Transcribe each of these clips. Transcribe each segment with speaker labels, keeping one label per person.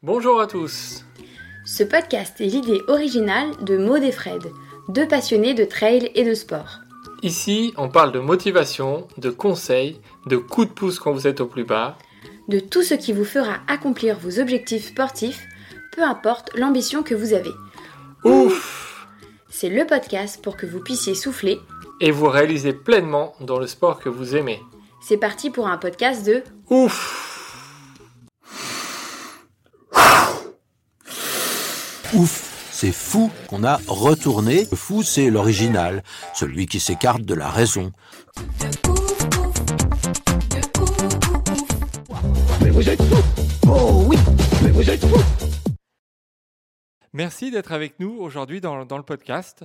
Speaker 1: Bonjour à tous.
Speaker 2: Ce podcast est l'idée originale de Maud et Fred, deux passionnés de trail et de sport.
Speaker 1: Ici, on parle de motivation, de conseils, de coups de pouce quand vous êtes au plus bas,
Speaker 2: De tout ce qui vous fera accomplir vos objectifs sportifs, peu importe l'ambition que vous avez.
Speaker 1: Ouf,
Speaker 2: C'est le podcast pour que vous puissiez souffler.
Speaker 1: et vous réalisez pleinement dans le sport que vous aimez.
Speaker 2: C'est parti pour un podcast de
Speaker 1: Ouf.
Speaker 3: Ouf, c'est fou qu'on a retourné. Le fou, c'est l'original, celui qui s'écarte de la raison.
Speaker 4: Mais vous êtes fous! Oh oui, mais vous êtes fous!
Speaker 1: Merci d'être avec nous aujourd'hui dans le podcast.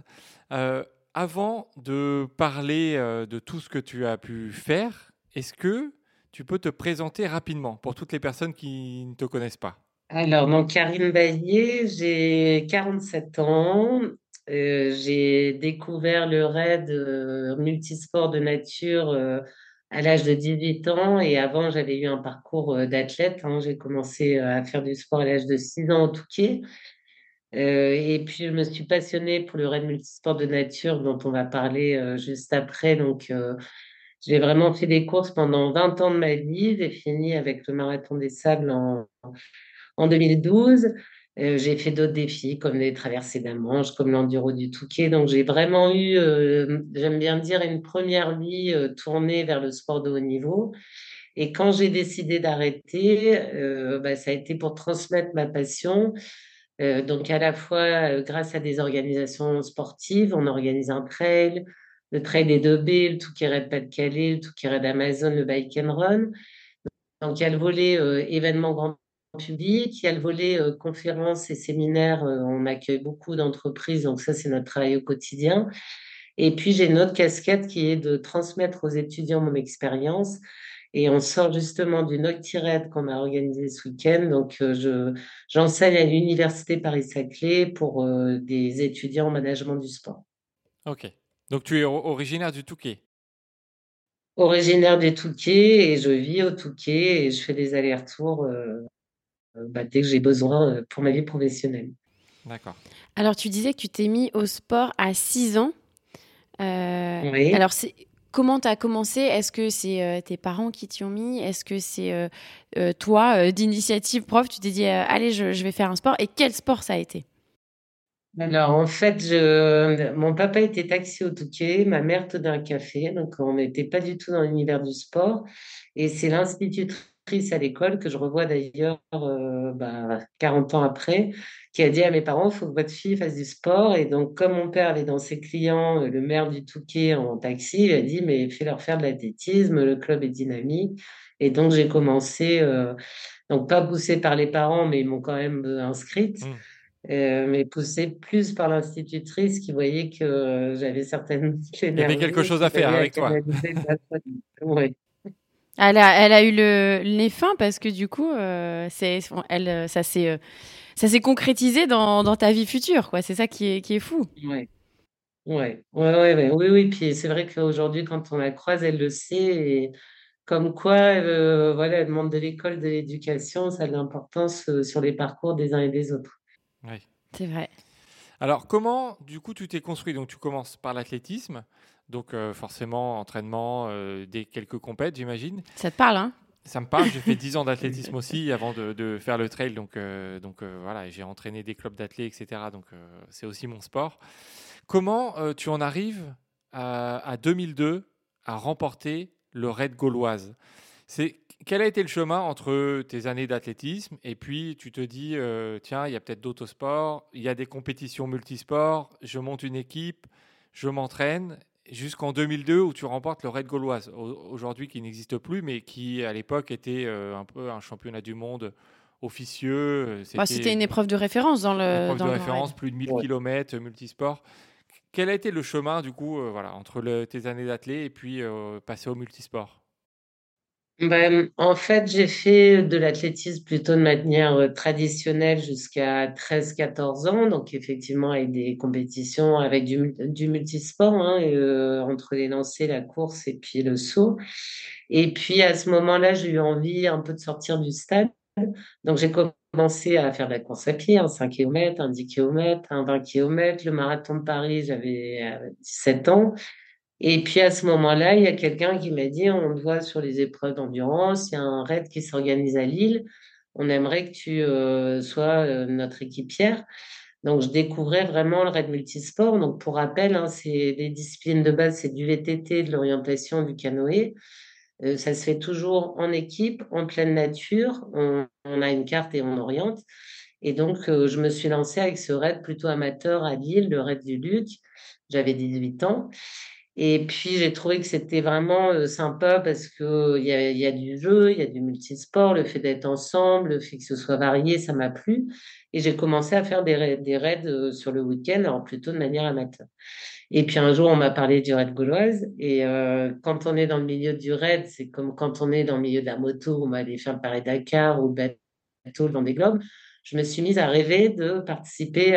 Speaker 1: Avant de parler de tout ce que tu as pu faire, est-ce que tu peux te présenter rapidement pour toutes les personnes qui ne te connaissent pas?
Speaker 5: Alors, donc, Karine Baillier, j'ai 47 ans. J'ai découvert le raid multisport de nature à l'âge de 18 ans. Et avant, j'avais eu un parcours d'athlète, hein. J'ai commencé à faire du sport à l'âge de 6 ans au Touquet. Et puis, je me suis passionnée pour le raid multisport de nature dont on va parler juste après. Donc, j'ai vraiment fait des courses pendant 20 ans de ma vie. J'ai fini avec le Marathon des Sables en 2012. J'ai fait d'autres défis comme les traversées de la Manche, comme l'enduro du Touquet. Donc j'ai vraiment eu, j'aime bien dire, une première vie tournée vers le sport de haut niveau. Et quand j'ai décidé d'arrêter, ça a été pour transmettre ma passion. Donc à la fois grâce à des organisations sportives, on organise un trail, le trail des 2B, le Touquet Raid Pas-de-Calais, le Touquet Raid Amazon, le Bike and Run. Donc, il y a le volet événement grand public, il y a le volet conférences et séminaires. On accueille beaucoup d'entreprises, donc ça, c'est notre travail au quotidien. Et puis, j'ai une autre casquette qui est de transmettre aux étudiants mon expérience. Et on sort justement d'une Octired qu'on a organisée ce week-end. Donc, j'enseigne à l'Université Paris-Saclay pour des étudiants en management du sport.
Speaker 1: Ok. Donc tu es originaire du Touquet.
Speaker 5: Originaire des Touquet et je vis au Touquet et je fais des allers-retours dès que j'ai besoin pour ma vie professionnelle.
Speaker 1: D'accord.
Speaker 2: Alors tu disais que tu t'es mis au sport à 6 ans.
Speaker 5: Oui.
Speaker 2: Alors comment tu as commencé? Est-ce que c'est tes parents qui t'y ont mis? Est-ce que c'est toi, d'initiative propre, tu t'es dit allez, je vais faire un sport? Et quel sport ça a été?
Speaker 5: Alors, en fait, mon papa était taxi au Touquet, ma mère tenait un café, donc on n'était pas du tout dans l'univers du sport. Et c'est l'institutrice à l'école, que je revois d'ailleurs 40 ans après, qui a dit à mes parents, il faut que votre fille fasse du sport. Et donc, comme mon père allait dans ses clients, le maire du Touquet en taxi, il a dit, mais fais-leur faire de l'athlétisme, le club est dynamique. Et donc, j'ai commencé, donc pas poussée par les parents, mais ils m'ont quand même inscrite.
Speaker 1: Hmm.
Speaker 5: Mais poussée plus par l'institutrice qui voyait que j'avais certainement
Speaker 1: Il y avait quelque
Speaker 5: l'énergie et
Speaker 1: chose à
Speaker 5: qu'il
Speaker 1: faire
Speaker 5: fallait la
Speaker 1: avec toi.
Speaker 5: canaliser de la folie. Ouais.
Speaker 2: Elle a eu le nez fin parce que du coup, ça s'est concrétisé dans ta vie future, quoi. C'est ça qui est fou.
Speaker 5: Ouais. Ouais. Oui, oui. Puis c'est vrai qu'aujourd'hui, quand on la croise, elle le sait. Et comme quoi, voilà, le monde de l'école, de l'éducation, ça a de l'importance sur les parcours des uns et des autres.
Speaker 1: Oui.
Speaker 2: C'est vrai.
Speaker 1: Alors, comment, du coup, tu t'es construit? Donc, tu commences par l'athlétisme, donc forcément, entraînement, des quelques compètes, j'imagine.
Speaker 2: Ça te parle, hein?
Speaker 1: Ça me parle, j'ai fait 10 ans d'athlétisme aussi avant de faire le trail, donc, voilà, j'ai entraîné des clubs d'athlètes, etc. Donc, c'est aussi mon sport. Comment tu en arrives à 2002 à remporter le Raid Gauloise? Quel a été le chemin entre tes années d'athlétisme et puis tu te dis, tiens, il y a peut-être d'autres sports, il y a des compétitions multisports, je monte une équipe, je m'entraîne, jusqu'en 2002 où tu remportes le Raid Gauloise, aujourd'hui qui n'existe plus, mais qui à l'époque était un peu un championnat du monde officieux.
Speaker 2: C'était une
Speaker 1: C'était
Speaker 2: épreuve de référence dans
Speaker 1: une
Speaker 2: le
Speaker 1: épreuve de
Speaker 2: Grand Raid.
Speaker 1: référence, plus de 1000
Speaker 5: Ouais.
Speaker 1: km multisports. Quel a été le chemin du coup voilà, entre tes années d'athlète et puis passer au multisport?
Speaker 5: En fait, j'ai fait de l'athlétisme plutôt de manière traditionnelle jusqu'à 13 14 ans. Donc, effectivement, avec des compétitions, avec du multisport, hein, entre les lancers, la course et puis le saut. Et puis, à ce moment-là, j'ai eu envie un peu de sortir du stade. Donc, j'ai commencé à faire de la course à pied, un 5 km, un 10 km, un 20 km. Le marathon de Paris, j'avais 17 ans. Et puis à ce moment-là, il y a quelqu'un qui m'a dit, on te voit sur les épreuves d'endurance, il y a un raid qui s'organise à Lille. On aimerait que tu sois notre équipière. Donc, je découvrais vraiment le raid multisport. Donc, pour rappel, hein, c'est les disciplines de base, c'est du VTT, de l'orientation, du canoë. Ça se fait toujours en équipe, en pleine nature. On a une carte et on oriente. Et donc, je me suis lancée avec ce raid plutôt amateur à Lille, le raid du Luc. J'avais 18 ans. Et puis, j'ai trouvé que c'était vraiment sympa parce que il y a du jeu, il y a du multisport, le fait d'être ensemble, le fait que ce soit varié, ça m'a plu. Et j'ai commencé à faire des raids sur le week-end, alors plutôt de manière amateur. Et puis un jour, on m'a parlé du raid gauloise. Et quand on est dans le milieu du raid, c'est comme quand on est dans le milieu de la moto, on va aller faire le Paris-Dakar ou le bateau, le Vendée Globe. Je me suis mise à rêver de participer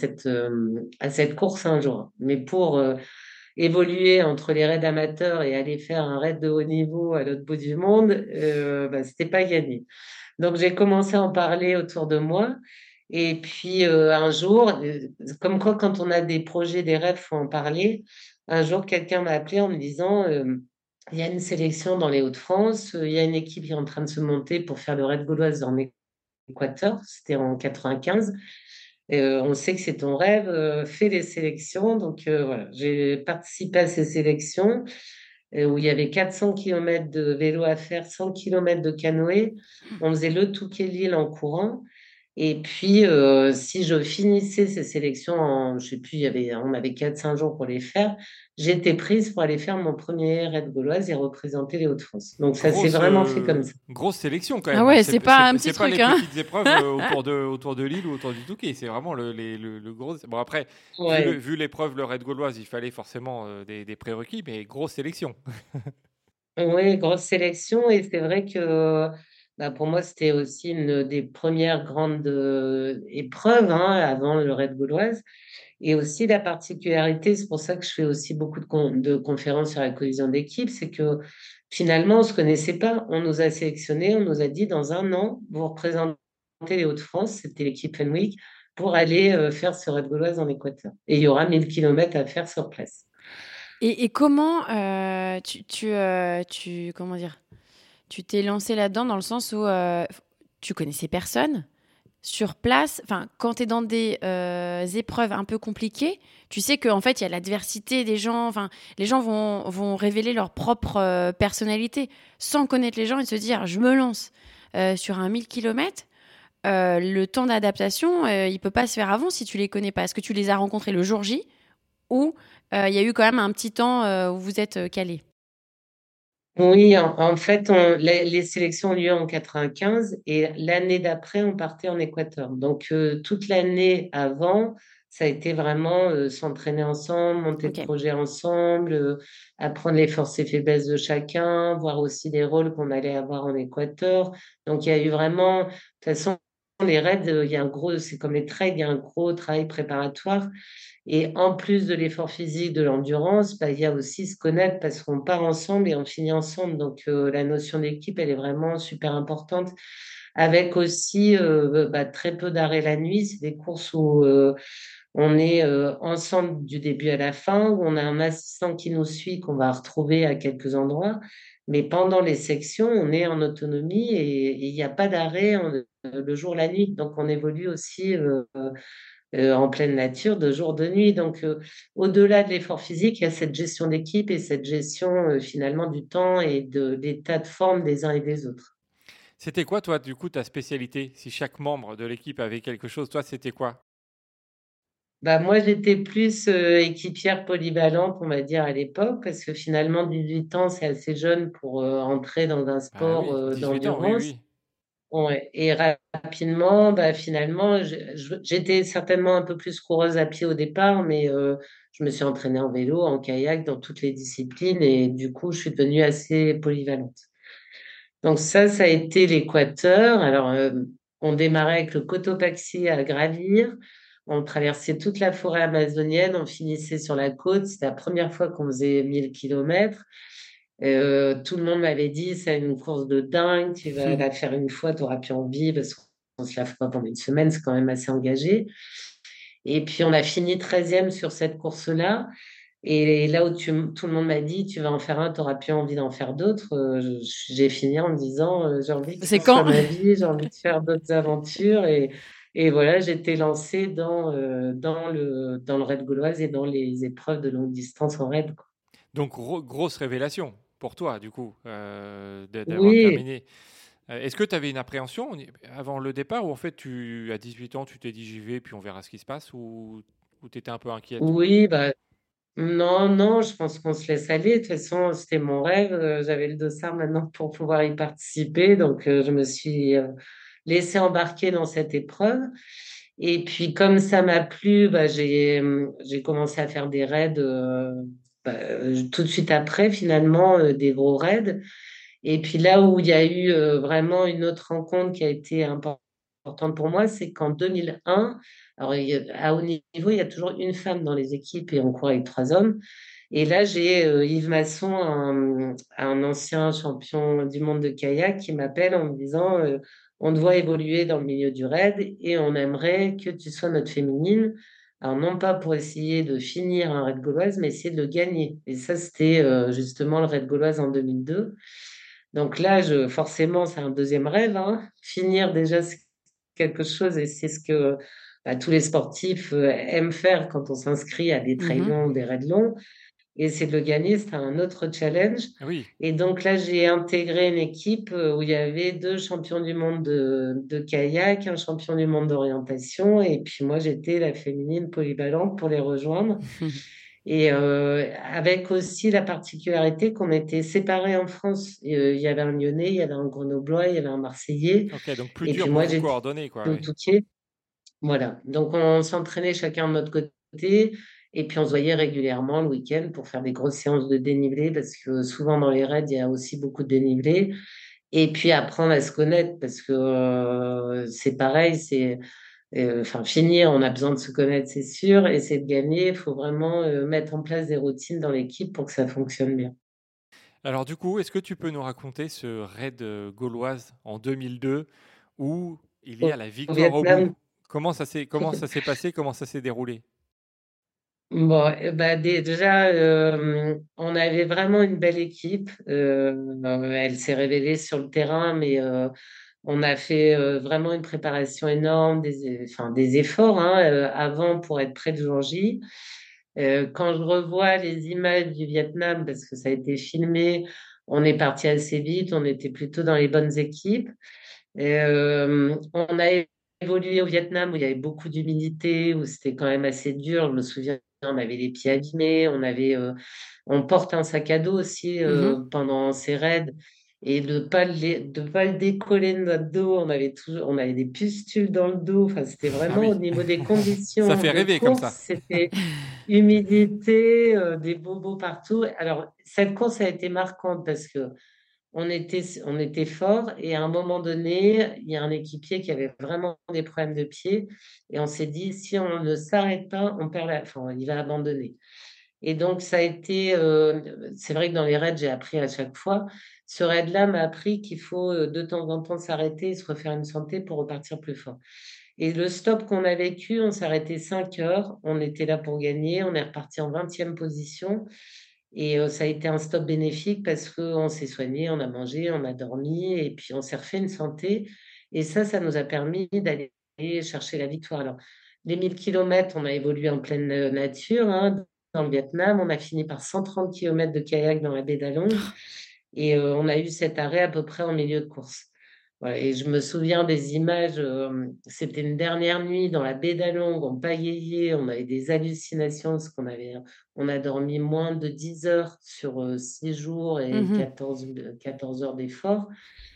Speaker 5: à cette course un jour. Mais pour évoluer entre les raids amateurs et aller faire un raid de haut niveau à l'autre bout du monde, c'était pas gagné. Donc j'ai commencé à en parler autour de moi. Et puis un jour, comme quoi quand on a des projets, des rêves, faut en parler. Un jour, quelqu'un m'a appelé en me disant, il y a une sélection dans les Hauts-de-France, il y a une équipe qui est en train de se monter pour faire le raid gauloise en Équateur. C'était en 95. On sait que c'est ton rêve, fais les sélections. Donc voilà, j'ai participé à ces sélections où il y avait 400 km de vélo à faire, 100 km de canoë. On faisait le Touquet-Lille en courant. Et puis, si je finissais ces sélections en, je sais plus, on avait 4-5 jours pour les faire, j'étais prise pour aller faire mon premier raid gauloise et représenter les Hauts-de-France. Donc ça s'est vraiment fait comme ça.
Speaker 1: Grosse sélection quand
Speaker 2: Ah
Speaker 1: même.
Speaker 2: ouais, c'est pas un petit
Speaker 1: C'est pas
Speaker 2: truc,
Speaker 1: les
Speaker 2: hein.
Speaker 1: petites épreuves autour de Lille ou autour du Touquet. C'est vraiment le gros. Bon, après,
Speaker 5: Ouais.
Speaker 1: vu l'épreuve, le raid gauloise, il fallait forcément des prérequis, mais grosse sélection.
Speaker 5: Oui, grosse sélection. Et c'est vrai que pour moi, c'était aussi une des premières grandes épreuves hein, avant le raid gauloise. Et aussi la particularité, c'est pour ça que je fais aussi beaucoup de conférences sur la cohésion d'équipe, c'est que finalement, on ne se connaissait pas. On nous a sélectionnés, on nous a dit dans un an, vous représentez les Hauts-de-France, c'était l'équipe Fenwick, pour aller faire ce raid gauloise en Équateur. Et il y aura 1000 kilomètres à faire sur place.
Speaker 2: Et comment comment dire, tu t'es lancé là-dedans dans le sens où tu connaissais personne sur place. Enfin, quand tu es dans des épreuves un peu compliquées, tu sais qu'en fait, il y a l'adversité des gens. Enfin, les gens vont révéler leur propre personnalité sans connaître les gens et se dire, je me lance sur un 1000 km. Le temps d'adaptation, il peut pas se faire avant si tu les connais pas. Est-ce que tu les as rencontrés le jour J ou il y a eu quand même un petit temps où vous êtes calés?
Speaker 5: Oui, en fait, les sélections ont lieu en 95 et l'année d'après, on partait en Équateur. Donc, toute l'année avant, ça a été vraiment s'entraîner ensemble, monter le
Speaker 2: Ok.
Speaker 5: projet ensemble, apprendre les forces et faiblesses de chacun, voir aussi les rôles qu'on allait avoir en Équateur. Donc, il y a eu vraiment, de toute façon, les raids, il y a un gros, c'est comme les trails, il y a un gros travail préparatoire. Et en plus de l'effort physique, de l'endurance, il y a aussi se connaître parce qu'on part ensemble et on finit ensemble. Donc, la notion d'équipe, elle est vraiment super importante. Avec aussi très peu d'arrêts la nuit. C'est des courses où on est ensemble du début à la fin, où on a un assistant qui nous suit, qu'on va retrouver à quelques endroits. Mais pendant les sections, on est en autonomie et il n'y a pas d'arrêt le jour, la nuit. Donc, on évolue aussi en pleine nature, de jour, de nuit. Donc, au-delà de l'effort physique, il y a cette gestion d'équipe et cette gestion finalement du temps et de l'état de forme des uns et des autres.
Speaker 1: C'était quoi, toi, du coup, ta spécialité? Si chaque membre de l'équipe avait quelque chose, toi, c'était quoi?
Speaker 5: Moi, j'étais plus équipière polyvalente, on va dire, à l'époque, parce que finalement, 18 ans, c'est assez jeune pour entrer dans un
Speaker 1: Ah
Speaker 5: sport
Speaker 1: oui, 18 ans, oui,
Speaker 5: d'endurance.
Speaker 1: oui.
Speaker 5: Ouais. Et rapidement, finalement, j'étais certainement un peu plus coureuse à pied au départ, mais je me suis entraînée en vélo, en kayak, dans toutes les disciplines, et du coup, je suis devenue assez polyvalente. Donc ça a été l'Équateur. Alors, on démarrait avec le Cotopaxi à gravir. On traversait toute la forêt amazonienne, on finissait sur la côte. C'était la première fois qu'on faisait 1000 kilomètres. Tout le monde m'avait dit, c'est une course de dingue, tu vas la faire une fois, tu n'auras plus envie parce on se lave pas pendant une semaine, c'est quand même assez engagé. Et puis, on a fini 13e sur cette course-là. Et là où tout le monde m'a dit, tu vas en faire un, tu n'auras plus envie d'en faire d'autres, j'ai fini en me disant, j'ai envie que
Speaker 2: C'est
Speaker 5: ça soit
Speaker 2: quand?
Speaker 5: ma vie, j'ai envie de faire d'autres aventures. Et voilà, j'étais lancée dans le raid gauloise et dans les épreuves de longue distance en raid, quoi.
Speaker 1: Donc, grosse révélation pour toi, du coup, d'avoir
Speaker 5: Oui,
Speaker 1: terminé. Est-ce que tu avais une appréhension avant le départ ou en fait, à 18 ans, tu t'es dit j'y vais, puis on verra ce qui se passe ou tu étais un peu inquiète?
Speaker 5: oui, bah, non, non, je pense qu'on se laisse aller. De toute façon, c'était mon rêve. J'avais le dossard maintenant pour pouvoir y participer. Donc, je me suis laissée embarquer dans cette épreuve. Et puis, comme ça m'a plu, bah, j'ai commencé à faire des raids tout de suite après, finalement, des gros raids. Et puis là où il y a eu vraiment une autre rencontre qui a été importante pour moi, c'est qu'en 2001, alors à haut niveau, il y a toujours une femme dans les équipes et on court avec 3 hommes. Et là, j'ai Yves Masson, un ancien champion du monde de kayak, qui m'appelle en me disant on te voit évoluer dans le milieu du raid et on aimerait que tu sois notre féminine. Alors, non pas pour essayer de finir un raid gauloise, mais essayer de le gagner. Et ça, c'était justement le raid gauloise en 2002. Donc là, forcément, c'est un deuxième rêve, hein. Finir déjà, c'est quelque chose et c'est ce que tous les sportifs aiment faire quand on s'inscrit à des trails
Speaker 2: Mhm.
Speaker 5: longs, des raids longs. Et c'est de le gagner, c'était un autre challenge.
Speaker 1: Oui.
Speaker 5: Et donc là, j'ai intégré une équipe où il y avait 2 champions du monde de kayak, un champion du monde d'orientation. Et puis moi, j'étais la féminine polyvalente pour les rejoindre. Et avec aussi la particularité qu'on était séparés en France. Il y avait un Lyonnais, il y avait un Grenoblois, il y avait un Marseillais.
Speaker 1: Ok, donc plus
Speaker 5: Et
Speaker 1: dur
Speaker 5: puis
Speaker 1: pour
Speaker 5: moi,
Speaker 1: vous
Speaker 5: j'étais
Speaker 1: coordonner, quoi.
Speaker 5: au
Speaker 1: Ouais.
Speaker 5: Touquet. Voilà. Donc on s'entraînait chacun de notre côté. Et puis on se voyait régulièrement le week-end pour faire des grosses séances de dénivelé parce que souvent dans les raids, il y a aussi beaucoup de dénivelé. Et puis apprendre à se connaître parce que c'est pareil, enfin, finir, on a besoin de se connaître, c'est sûr, et c'est de gagner. Il faut vraiment mettre en place des routines dans l'équipe pour que ça fonctionne bien.
Speaker 1: Alors du coup, est-ce que tu peux nous raconter ce raid gauloise en 2002 où il y
Speaker 5: Au
Speaker 1: a la
Speaker 5: au
Speaker 1: victoire au bout?
Speaker 5: Vietnam,
Speaker 1: Comment ça s'est passé? Comment ça s'est déroulé?
Speaker 5: bon, bah, déjà, on avait vraiment une belle équipe. Elle s'est révélée sur le terrain, mais on a fait vraiment une préparation énorme, enfin, des efforts hein, avant pour être prêt le jour J. Quand je revois les images du Vietnam, parce que ça a été filmé, on est parti assez vite, on était plutôt dans les bonnes équipes. On a évolué au Vietnam où il y avait beaucoup d'humidité, où c'était quand même assez dur. Je me souviens, on avait les pieds abîmés, on porte un sac à dos aussi
Speaker 2: Mhm.
Speaker 5: pendant ces raids. Et de pas le décoller de notre dos, on avait des pustules dans le dos. Enfin, c'était
Speaker 1: Ah
Speaker 5: vraiment au
Speaker 1: oui,
Speaker 5: niveau des
Speaker 1: ça
Speaker 5: conditions
Speaker 1: fait
Speaker 5: de
Speaker 1: rêver comme
Speaker 5: course,
Speaker 1: ça.
Speaker 5: c'était humidité, des bobos partout. Alors, cette course a été marquante parce que on était fort et à un moment donné, il y a un équipier qui avait vraiment des problèmes de pied et on s'est dit, si on ne s'arrête pas, enfin, il va abandonner. Et donc, ça a été, c'est vrai que dans les raids, j'ai appris à chaque fois. Ce raid-là m'a appris qu'il faut de temps en temps s'arrêter et se refaire une santé pour repartir plus fort. Et le stop qu'on a vécu, on s'est arrêté 5 heures, on était là pour gagner, on est reparti en 20e position. Et ça a été un stop bénéfique parce qu'on s'est soigné, on a mangé, on a dormi et puis on s'est refait une santé. Et ça nous a permis d'aller chercher la victoire. Alors, les 1000 kilomètres, on a évolué en pleine nature, hein, dans le Vietnam. On a fini par 130 kilomètres de kayak dans la baie d'Along. Et on a eu cet arrêt à peu près en milieu de course. Voilà, et je me souviens des images, c'était une dernière nuit dans la baie d'Along, on pagayait, on avait des hallucinations parce on a dormi moins de 10 heures sur 6 jours et
Speaker 2: Mhm.
Speaker 5: 14 heures d'effort.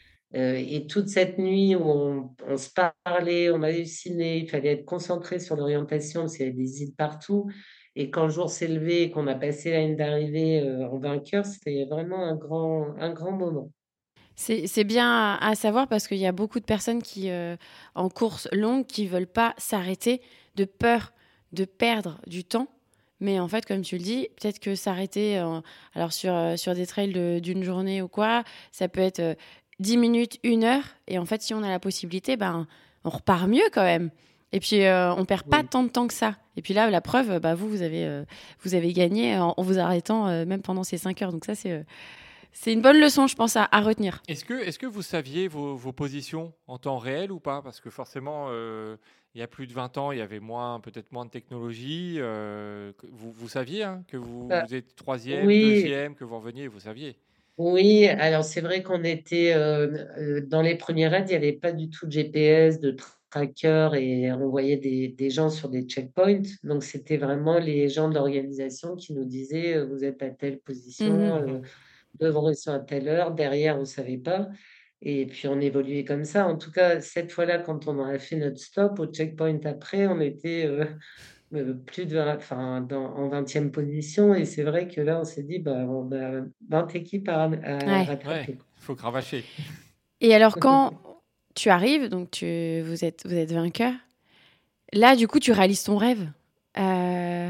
Speaker 5: Et toute cette nuit où on se parlait, on hallucinait, il fallait être concentré sur l'orientation parce qu'il y avait des îles partout. Et quand le jour s'est levé et qu'on a passé la ligne d'arrivée en vainqueur, c'était vraiment un grand moment.
Speaker 2: C'est bien à savoir parce qu'il y a beaucoup de personnes qui, en course longue, qui veulent pas s'arrêter de peur de perdre du temps. Mais en fait, comme tu le dis, peut-être que s'arrêter, alors sur des trails d'une journée ou quoi, ça peut être 10 minutes, 1 heure. Et en fait, si on a la possibilité, ben, on repart mieux quand même. Et puis, on perd pas
Speaker 5: Oui.
Speaker 2: tant de temps que ça. Et puis là, la preuve, vous avez gagné en vous arrêtant même pendant ces 5 heures. Donc ça, c'est une bonne leçon, je pense, à retenir.
Speaker 1: Est-ce que vous saviez vos positions en temps réel ou pas? Parce que forcément, il y a plus de 20 ans, il y avait peut-être moins de technologie. Vous saviez hein, que
Speaker 5: Bah,
Speaker 1: vous êtes troisième,
Speaker 5: oui,
Speaker 1: deuxième, que vous reveniez, vous saviez.
Speaker 5: oui. Alors c'est vrai qu'on était dans les premiers raids, il n'y avait pas du tout de GPS, de tracker et on voyait des gens sur des checkpoints. Donc c'était vraiment les gens de l'organisation qui nous disaient vous êtes à telle position,
Speaker 2: Mhm.
Speaker 1: Mhm.
Speaker 5: devant ils sont à telle heure, derrière on ne savait pas. Et puis on évoluait comme ça. En tout cas, cette fois-là, quand on a fait notre stop au checkpoint après, on était plus de 20, enfin, en 20e position. Et c'est vrai que là, on s'est dit, bah, on a 20 équipes à
Speaker 2: Ouais.
Speaker 1: Ouais,
Speaker 5: rattraper, quoi.
Speaker 1: il faut cravacher.
Speaker 2: Et alors, quand tu arrives, donc vous êtes vainqueur, là, du coup, tu réalises ton rêve. Euh,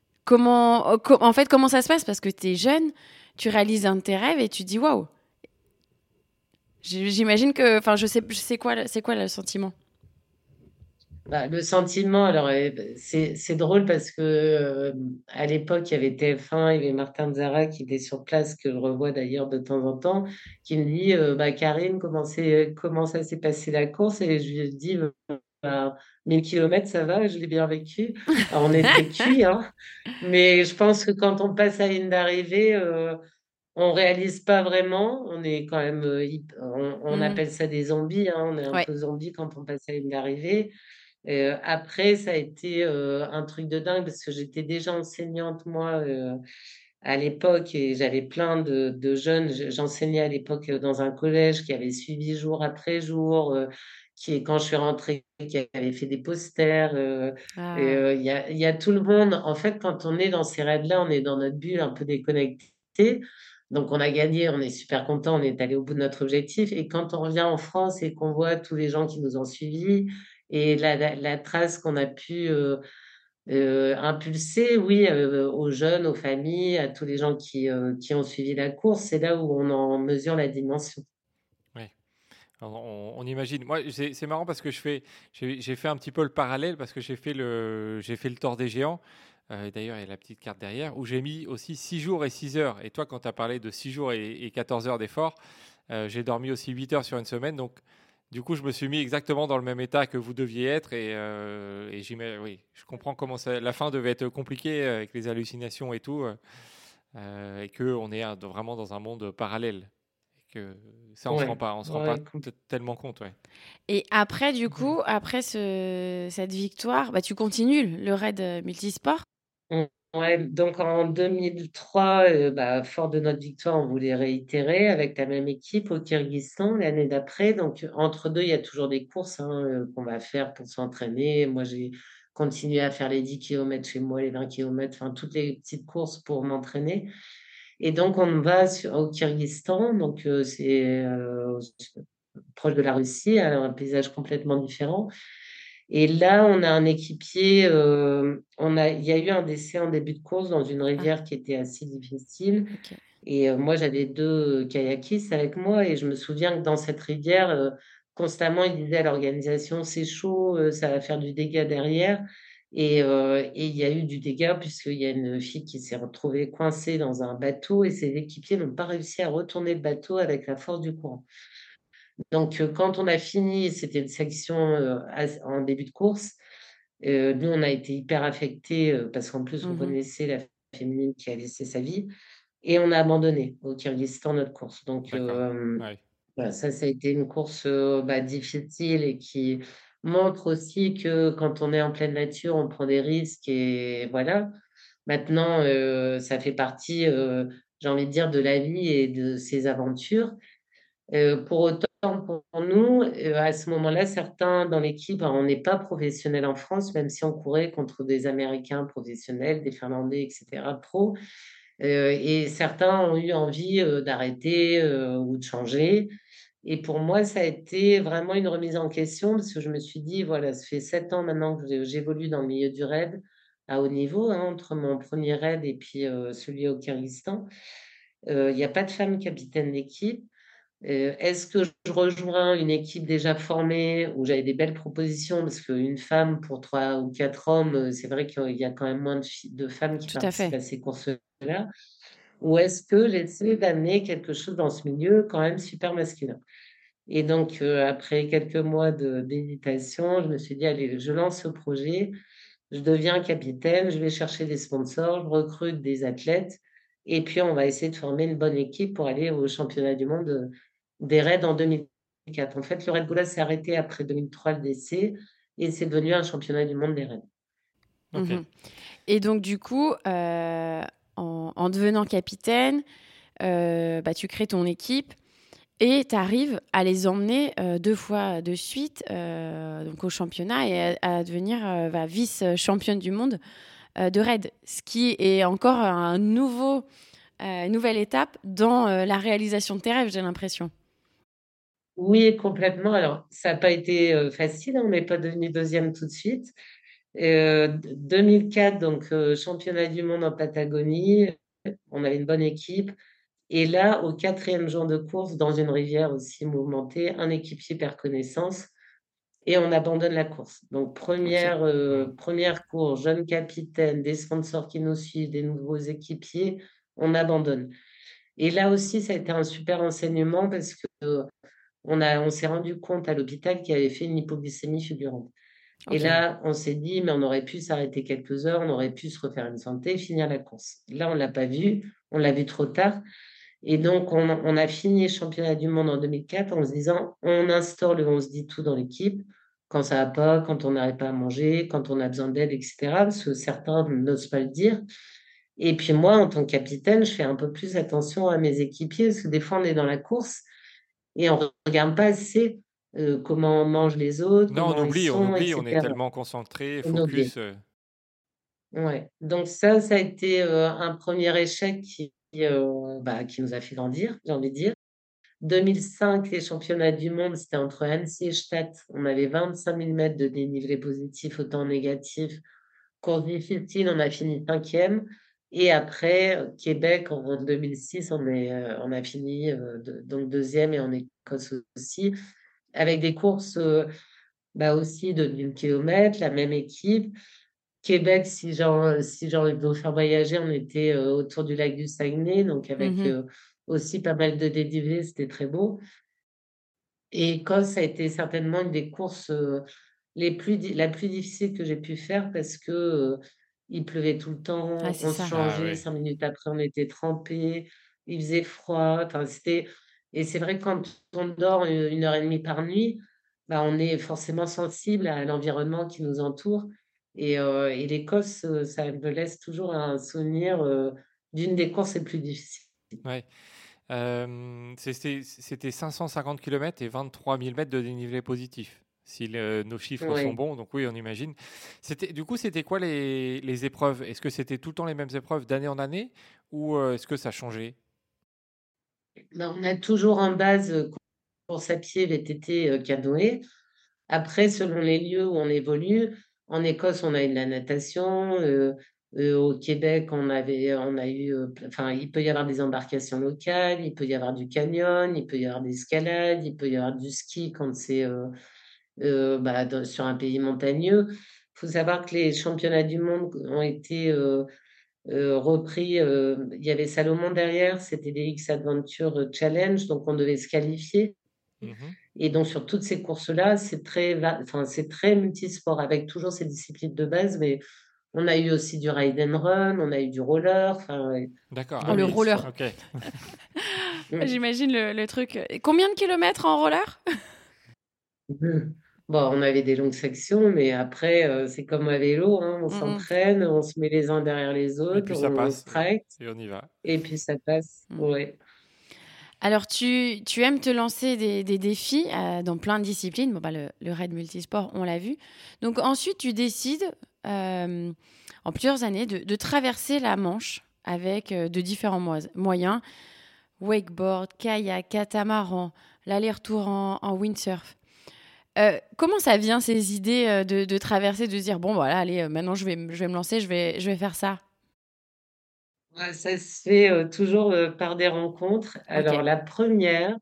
Speaker 2: en fait, comment ça se passe? Parce que tu es jeune, tu réalises un de tes rêves et tu te dis waouh. J'imagine que, enfin, je sais quoi, c'est quoi le sentiment?
Speaker 5: Bah, le sentiment, alors, c'est drôle parce que à l'époque, il y avait TF1, il y avait Martin Zara qui était sur place, que je revois d'ailleurs de temps en temps, qui me dit bah, Karine, comment ça s'est passé la course? Et je lui dis bah, 1000 km, ça va, je l'ai bien vécu. Alors, on était cuits, hein, mais je pense que quand on passe à la ligne d'arrivée, on réalise pas vraiment. On est quand même, on
Speaker 2: Mhm.
Speaker 5: appelle ça des zombies, hein, on est un
Speaker 2: Ouais.
Speaker 5: peu zombies quand on passe à la ligne d'arrivée. Après, ça a été un truc de dingue parce que j'étais déjà enseignante, moi, à l'époque, et j'avais plein de jeunes. J'enseignais à l'époque dans un collège qui avait suivi jour après jour, quand je suis rentrée, qui avait fait des posters.
Speaker 2: Ah.
Speaker 5: Il y a tout le monde. En fait, quand on est dans ces raids-là, on est dans notre bulle un peu déconnecté. Donc, on a gagné, on est super content, on est allé au bout de notre objectif. Et quand on revient en France et qu'on voit tous les gens qui nous ont suivis, et la trace qu'on a pu impulser, oui, aux jeunes, aux familles, à tous les gens qui ont suivi la course, c'est là où on en mesure la dimension.
Speaker 1: Ouais. On imagine. Moi, c'est marrant parce que j'ai fait un petit peu le parallèle parce que j'ai fait le Tour des Géants. D'ailleurs, il y a la petite carte derrière où j'ai mis aussi 6 jours et 6 heures. Et toi, quand tu as parlé de 6 jours et 14 heures d'effort, j'ai dormi aussi 8 heures sur une semaine. Donc, du coup, je me suis mis exactement dans le même état que vous deviez être. Oui, je comprends comment la fin devait être compliquée avec les hallucinations et tout. Et qu'on est vraiment dans un monde parallèle. Et que ça,
Speaker 5: Ouais,
Speaker 1: on se rend pas
Speaker 5: ouais,
Speaker 1: tellement compte. Ouais.
Speaker 2: Et après, du coup, après cette victoire, tu continues le raid multisport.
Speaker 5: Ouais, donc en 2003, bah, fort de notre victoire, on voulait réitérer avec la même équipe au Kyrgyzstan l'année d'après. Donc entre deux, il y a toujours des courses hein, qu'on va faire pour s'entraîner. Moi, j'ai continué à faire les 10 km chez moi, les 20 km, enfin toutes les petites courses pour m'entraîner. Et donc on va au Kyrgyzstan, donc c'est proche de la Russie, alors un paysage complètement différent. Et là, on a un équipier, il y a eu un décès en début de course dans une
Speaker 2: Ah,
Speaker 5: rivière qui était assez difficile.
Speaker 2: ok.
Speaker 5: Et moi, j'avais deux kayakistes avec moi et je me souviens que dans cette rivière, constamment, ils disaient à l'organisation, c'est chaud, ça va faire du dégât derrière. Et il y a eu du dégât puisqu'il y a une fille qui s'est retrouvée coincée dans un bateau et ses équipiers n'ont pas réussi à retourner le bateau avec la force du courant. Donc, quand on a fini, c'était une section en début de course. Nous, on a été hyper affectés parce qu'en plus, vous
Speaker 2: Mhm.
Speaker 5: connaissez la féminine qui a laissé sa vie. Et on a abandonné au Kyrgyzstan notre course. Donc,
Speaker 1: D'accord. Ouais.
Speaker 5: voilà, ça a été une course bah, difficile et qui montre aussi que quand on est en pleine nature, on prend des risques. Et voilà. Maintenant, ça fait partie, j'ai envie de dire, de la vie et de ses aventures. Pour autant, pour nous, à ce moment-là, certains dans l'équipe, alors, on n'est pas professionnels en France, même si on courait contre des Américains professionnels, des Finlandais, etc., pro. Et certains ont eu envie d'arrêter ou de changer. Et pour moi, ça a été vraiment une remise en question parce que je me suis dit, voilà, ça fait 7 ans maintenant que j'évolue dans le milieu du raid à haut niveau, hein, entre mon premier raid et puis celui au Kyrgyzstan. Il n'y a pas de femme capitaine d'équipe. Est-ce que je rejoins une équipe déjà formée où j'avais des belles propositions? Parce qu'une femme pour 3 ou 4 hommes, c'est vrai qu'il y a quand même moins de femmes qui
Speaker 2: Tout à
Speaker 5: participent
Speaker 2: fait.
Speaker 5: à ces courses-là. Ou est-ce que j'essaie d'amener quelque chose dans ce milieu quand même super masculin? Et donc, après quelques mois d'hésitation, je me suis dit, allez, je lance ce projet, je deviens capitaine, je vais chercher des sponsors, je recrute des athlètes, et puis on va essayer de former une bonne équipe pour aller au championnat du monde des raids en 2004. En fait, le Red Bull s'est arrêté après 2003, le décès, et c'est devenu un championnat du monde des raids.
Speaker 1: Ok.
Speaker 2: Mhm. Et donc, du coup, en devenant capitaine, tu crées ton équipe et tu arrives à les emmener 2 fois de suite donc au championnat et à devenir vice-championne du monde de raid. Ce qui est encore une nouvelle étape dans la réalisation de tes rêves, j'ai l'impression.
Speaker 5: Oui, complètement. Alors, ça n'a pas été facile, hein, on n'est pas devenu deuxième tout de suite. 2004, donc championnat du monde en Patagonie, on avait une bonne équipe. Et là, au 4e jour de course, dans une rivière aussi mouvementée, un équipier perd connaissance et on abandonne la course. Donc,
Speaker 2: Ok.
Speaker 5: première course, jeune capitaine, des sponsors qui nous suivent, des nouveaux équipiers, on abandonne. Et là aussi, ça a été un super enseignement parce que on s'est rendu compte à l'hôpital qu'il avait fait une hypoglycémie fulgurante. Et
Speaker 2: Ok.
Speaker 5: là, on s'est dit, mais on aurait pu s'arrêter quelques heures, on aurait pu se refaire une santé et finir la course. Là, on ne l'a pas vu, on l'a vu trop tard. Et donc, on a fini le championnat du monde en 2004 en se disant, on instaure le 11 dit tout dans l'équipe, quand ça va pas, quand on n'arrive pas à manger, quand on a besoin d'aide, etc. Parce que certains n'osent pas le dire. Et puis moi, en tant que capitaine, je fais un peu plus attention à mes équipiers, parce que des fois, on est dans la course et on ne regarde pas assez comment mangent les autres,
Speaker 1: Non,
Speaker 5: comment ils
Speaker 1: on
Speaker 5: sont,
Speaker 1: oublie, on est
Speaker 5: etc.
Speaker 1: tellement concentré,
Speaker 5: On oublie.
Speaker 1: focus.
Speaker 5: Ouais. Donc ça a été un premier échec qui nous a fait grandir, j'ai envie de dire. 2005, les championnats du monde, c'était entre Annecy et Stade. On avait 25 000 mètres de dénivelé positif, autant négatif. Course difficile, on a fini 5e. Et après, Québec, en 2006, on a fini donc 2e et en Écosse aussi, avec des courses aussi de 1 000 km, la même équipe. Québec, si j'ai envie de vous faire voyager, on était autour du lac du Saguenay, donc avec
Speaker 2: Mhm.
Speaker 5: aussi pas mal de dénivelé, c'était très beau. Et Écosse, ça a été certainement une des courses la plus difficile que j'ai pu faire parce que il pleuvait tout le
Speaker 2: Ah,
Speaker 5: temps,
Speaker 2: c'est
Speaker 5: on se
Speaker 2: ça.
Speaker 1: Ah
Speaker 5: changeait,
Speaker 1: oui.
Speaker 5: 5 minutes après, on était trempés, il faisait froid. Enfin, et c'est vrai que quand on dort 1 heure et demie par nuit, bah, on est forcément sensible à l'environnement qui nous entoure. Et l'Écosse, ça me laisse toujours un souvenir d'une des courses les plus difficiles.
Speaker 1: Ouais. C'était 550 km et 23 000 mètres de dénivelé positif, si nos chiffres sont
Speaker 5: Oui.
Speaker 1: bons. Donc oui, on imagine. Du coup, c'était quoi les épreuves? Est-ce que c'était tout le temps les mêmes épreuves d'année en année ou est-ce que ça changeait?
Speaker 5: Ben, on a toujours en base course à pied, VTT, canoë. Après, selon les lieux où on évolue, en Écosse, on a eu de la natation. Au Québec, on a eu, enfin, il peut y avoir des embarcations locales, il peut y avoir du canyon, il peut y avoir des escalades, il peut y avoir du ski quand c'est sur un pays montagneux. Il faut savoir que les championnats du monde ont été repris. Il y avait Salomon derrière, c'était des X Adventure Challenge, donc on devait se qualifier.
Speaker 1: Mhm.
Speaker 5: Et donc, sur toutes ces courses-là, c'est très multisport avec toujours ces disciplines de base, mais on a eu aussi du ride and run, on a eu du roller, enfin, ouais,
Speaker 1: D'accord.
Speaker 2: Oh,
Speaker 1: Ah
Speaker 2: le
Speaker 1: oui.
Speaker 2: roller.
Speaker 1: Ok.
Speaker 5: Mm.
Speaker 2: J'imagine le truc. Et combien de kilomètres en roller?
Speaker 5: Mm. Bon, on avait des longues sections, mais après, c'est comme à vélo, hein, on
Speaker 2: Mhm.
Speaker 5: s'entraîne, on se met les uns derrière les
Speaker 1: Et
Speaker 5: autres,
Speaker 1: puis ça
Speaker 5: on
Speaker 1: passe
Speaker 5: strike,
Speaker 1: et on y va.
Speaker 5: et puis ça passe.
Speaker 2: Mhm.
Speaker 5: Ouais.
Speaker 2: Alors, tu aimes te lancer des défis dans plein de disciplines. Bon, le raid multisport, on l'a vu. Donc, ensuite, tu décides, en plusieurs années, de traverser la Manche avec de différents moyens. Wakeboard, kayak, catamaran, l'aller-retour en windsurf. Comment ça vient, ces idées de traverser, de se dire, bon, voilà, allez, maintenant, je vais me lancer, je vais faire ça.
Speaker 5: Ouais, ça se fait toujours par des rencontres. Alors,
Speaker 2: Ok.
Speaker 5: la première,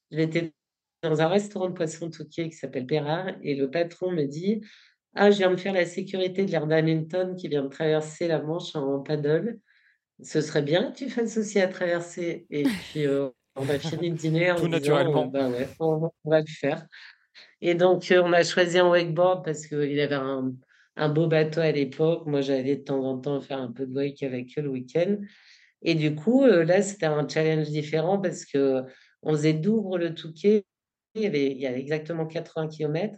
Speaker 5: J'étais dans un restaurant de poisson touquet qui s'appelle Bérard et le patron me dit: «Ah, je viens de faire la sécurité de l'Air d'Hamilton qui vient de traverser la Manche en paddle. Ce serait bien que tu fasses aussi la traversée» et puis, on a fini le dîner en
Speaker 1: Tout
Speaker 5: se disant,
Speaker 1: naturellement.
Speaker 5: «Bah, ouais, on va le faire». Et donc, on a choisi un wakeboard parce qu'il avait un beau bateau à l'époque. Moi, j'allais de temps en temps faire un peu de wake avec eux le week-end. Et du coup, là, c'était un challenge différent parce que on faisait Douvres le Touquet. Il y avait exactement 80 kilomètres.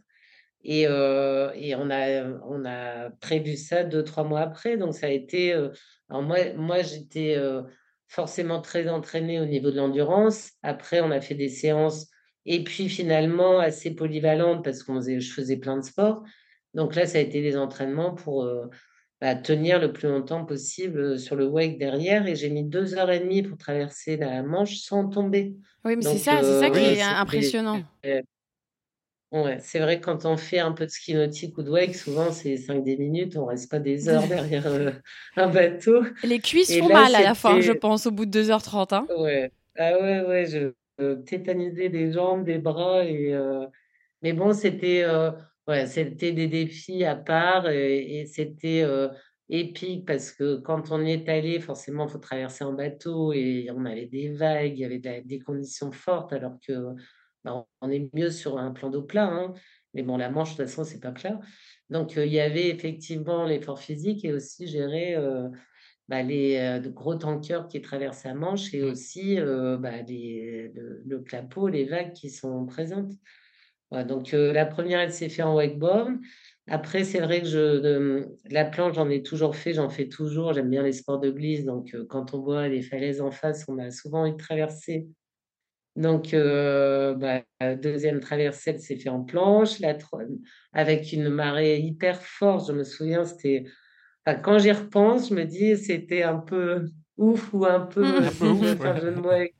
Speaker 5: Et on a prévu ça 2, 3 mois après. Donc, ça a été. Alors, moi j'étais forcément très entraînée au niveau de l'endurance. Après, on a fait des séances. Et puis, finalement, assez polyvalentes parce je faisais plein de sports. Donc, là, ça a été des entraînements pour tenir le plus longtemps possible sur le wake derrière. Et j'ai mis 2 heures et demie pour traverser la Manche sans tomber.
Speaker 2: Oui, mais
Speaker 5: Donc,
Speaker 2: c'est ça qui
Speaker 1: Oui,
Speaker 5: ouais,
Speaker 2: est
Speaker 5: c'était.
Speaker 2: impressionnant.
Speaker 5: Ouais, c'est vrai que quand on fait un peu de ski nautique ou de wake, souvent c'est 5 10 minutes, on reste pas des heures derrière un bateau.
Speaker 2: Les cuisses
Speaker 5: Et
Speaker 2: font
Speaker 5: là,
Speaker 2: mal à la fin, je
Speaker 5: c'était.
Speaker 2: pense, au bout de 2h30, hein.
Speaker 5: Ouais. Ah ouais, ouais, je tétanisais des jambes, des bras. Mais bon, c'était des défis à part et c'était épique parce que quand on y est allé, forcément, il faut traverser en bateau et on avait des vagues, il y avait des conditions fortes alors que on est mieux sur un plan d'eau plat, hein. Mais bon, la Manche, de toute façon, c'est pas plat. Donc, il y avait effectivement l'effort physique et aussi gérer de gros tankers qui traversent la Manche et
Speaker 1: mm,
Speaker 5: aussi le clapot, les vagues qui sont présentes. Ouais, donc, la première, elle s'est faite en wakeboard. Après, c'est vrai que la planche, j'en ai toujours fait, j'en fais toujours. J'aime bien les sports de glisse. Donc, quand on voit les falaises en face, on a souvent envie de traverser. Donc, deuxième traversée, elle s'est faite en planche. Avec une marée hyper forte, je me souviens, enfin, quand j'y repense, je me dis, c'était un peu ouf ou un peu,
Speaker 1: un peu
Speaker 5: si je veux
Speaker 1: ouf, ouais.
Speaker 5: faire jeu de mots avec.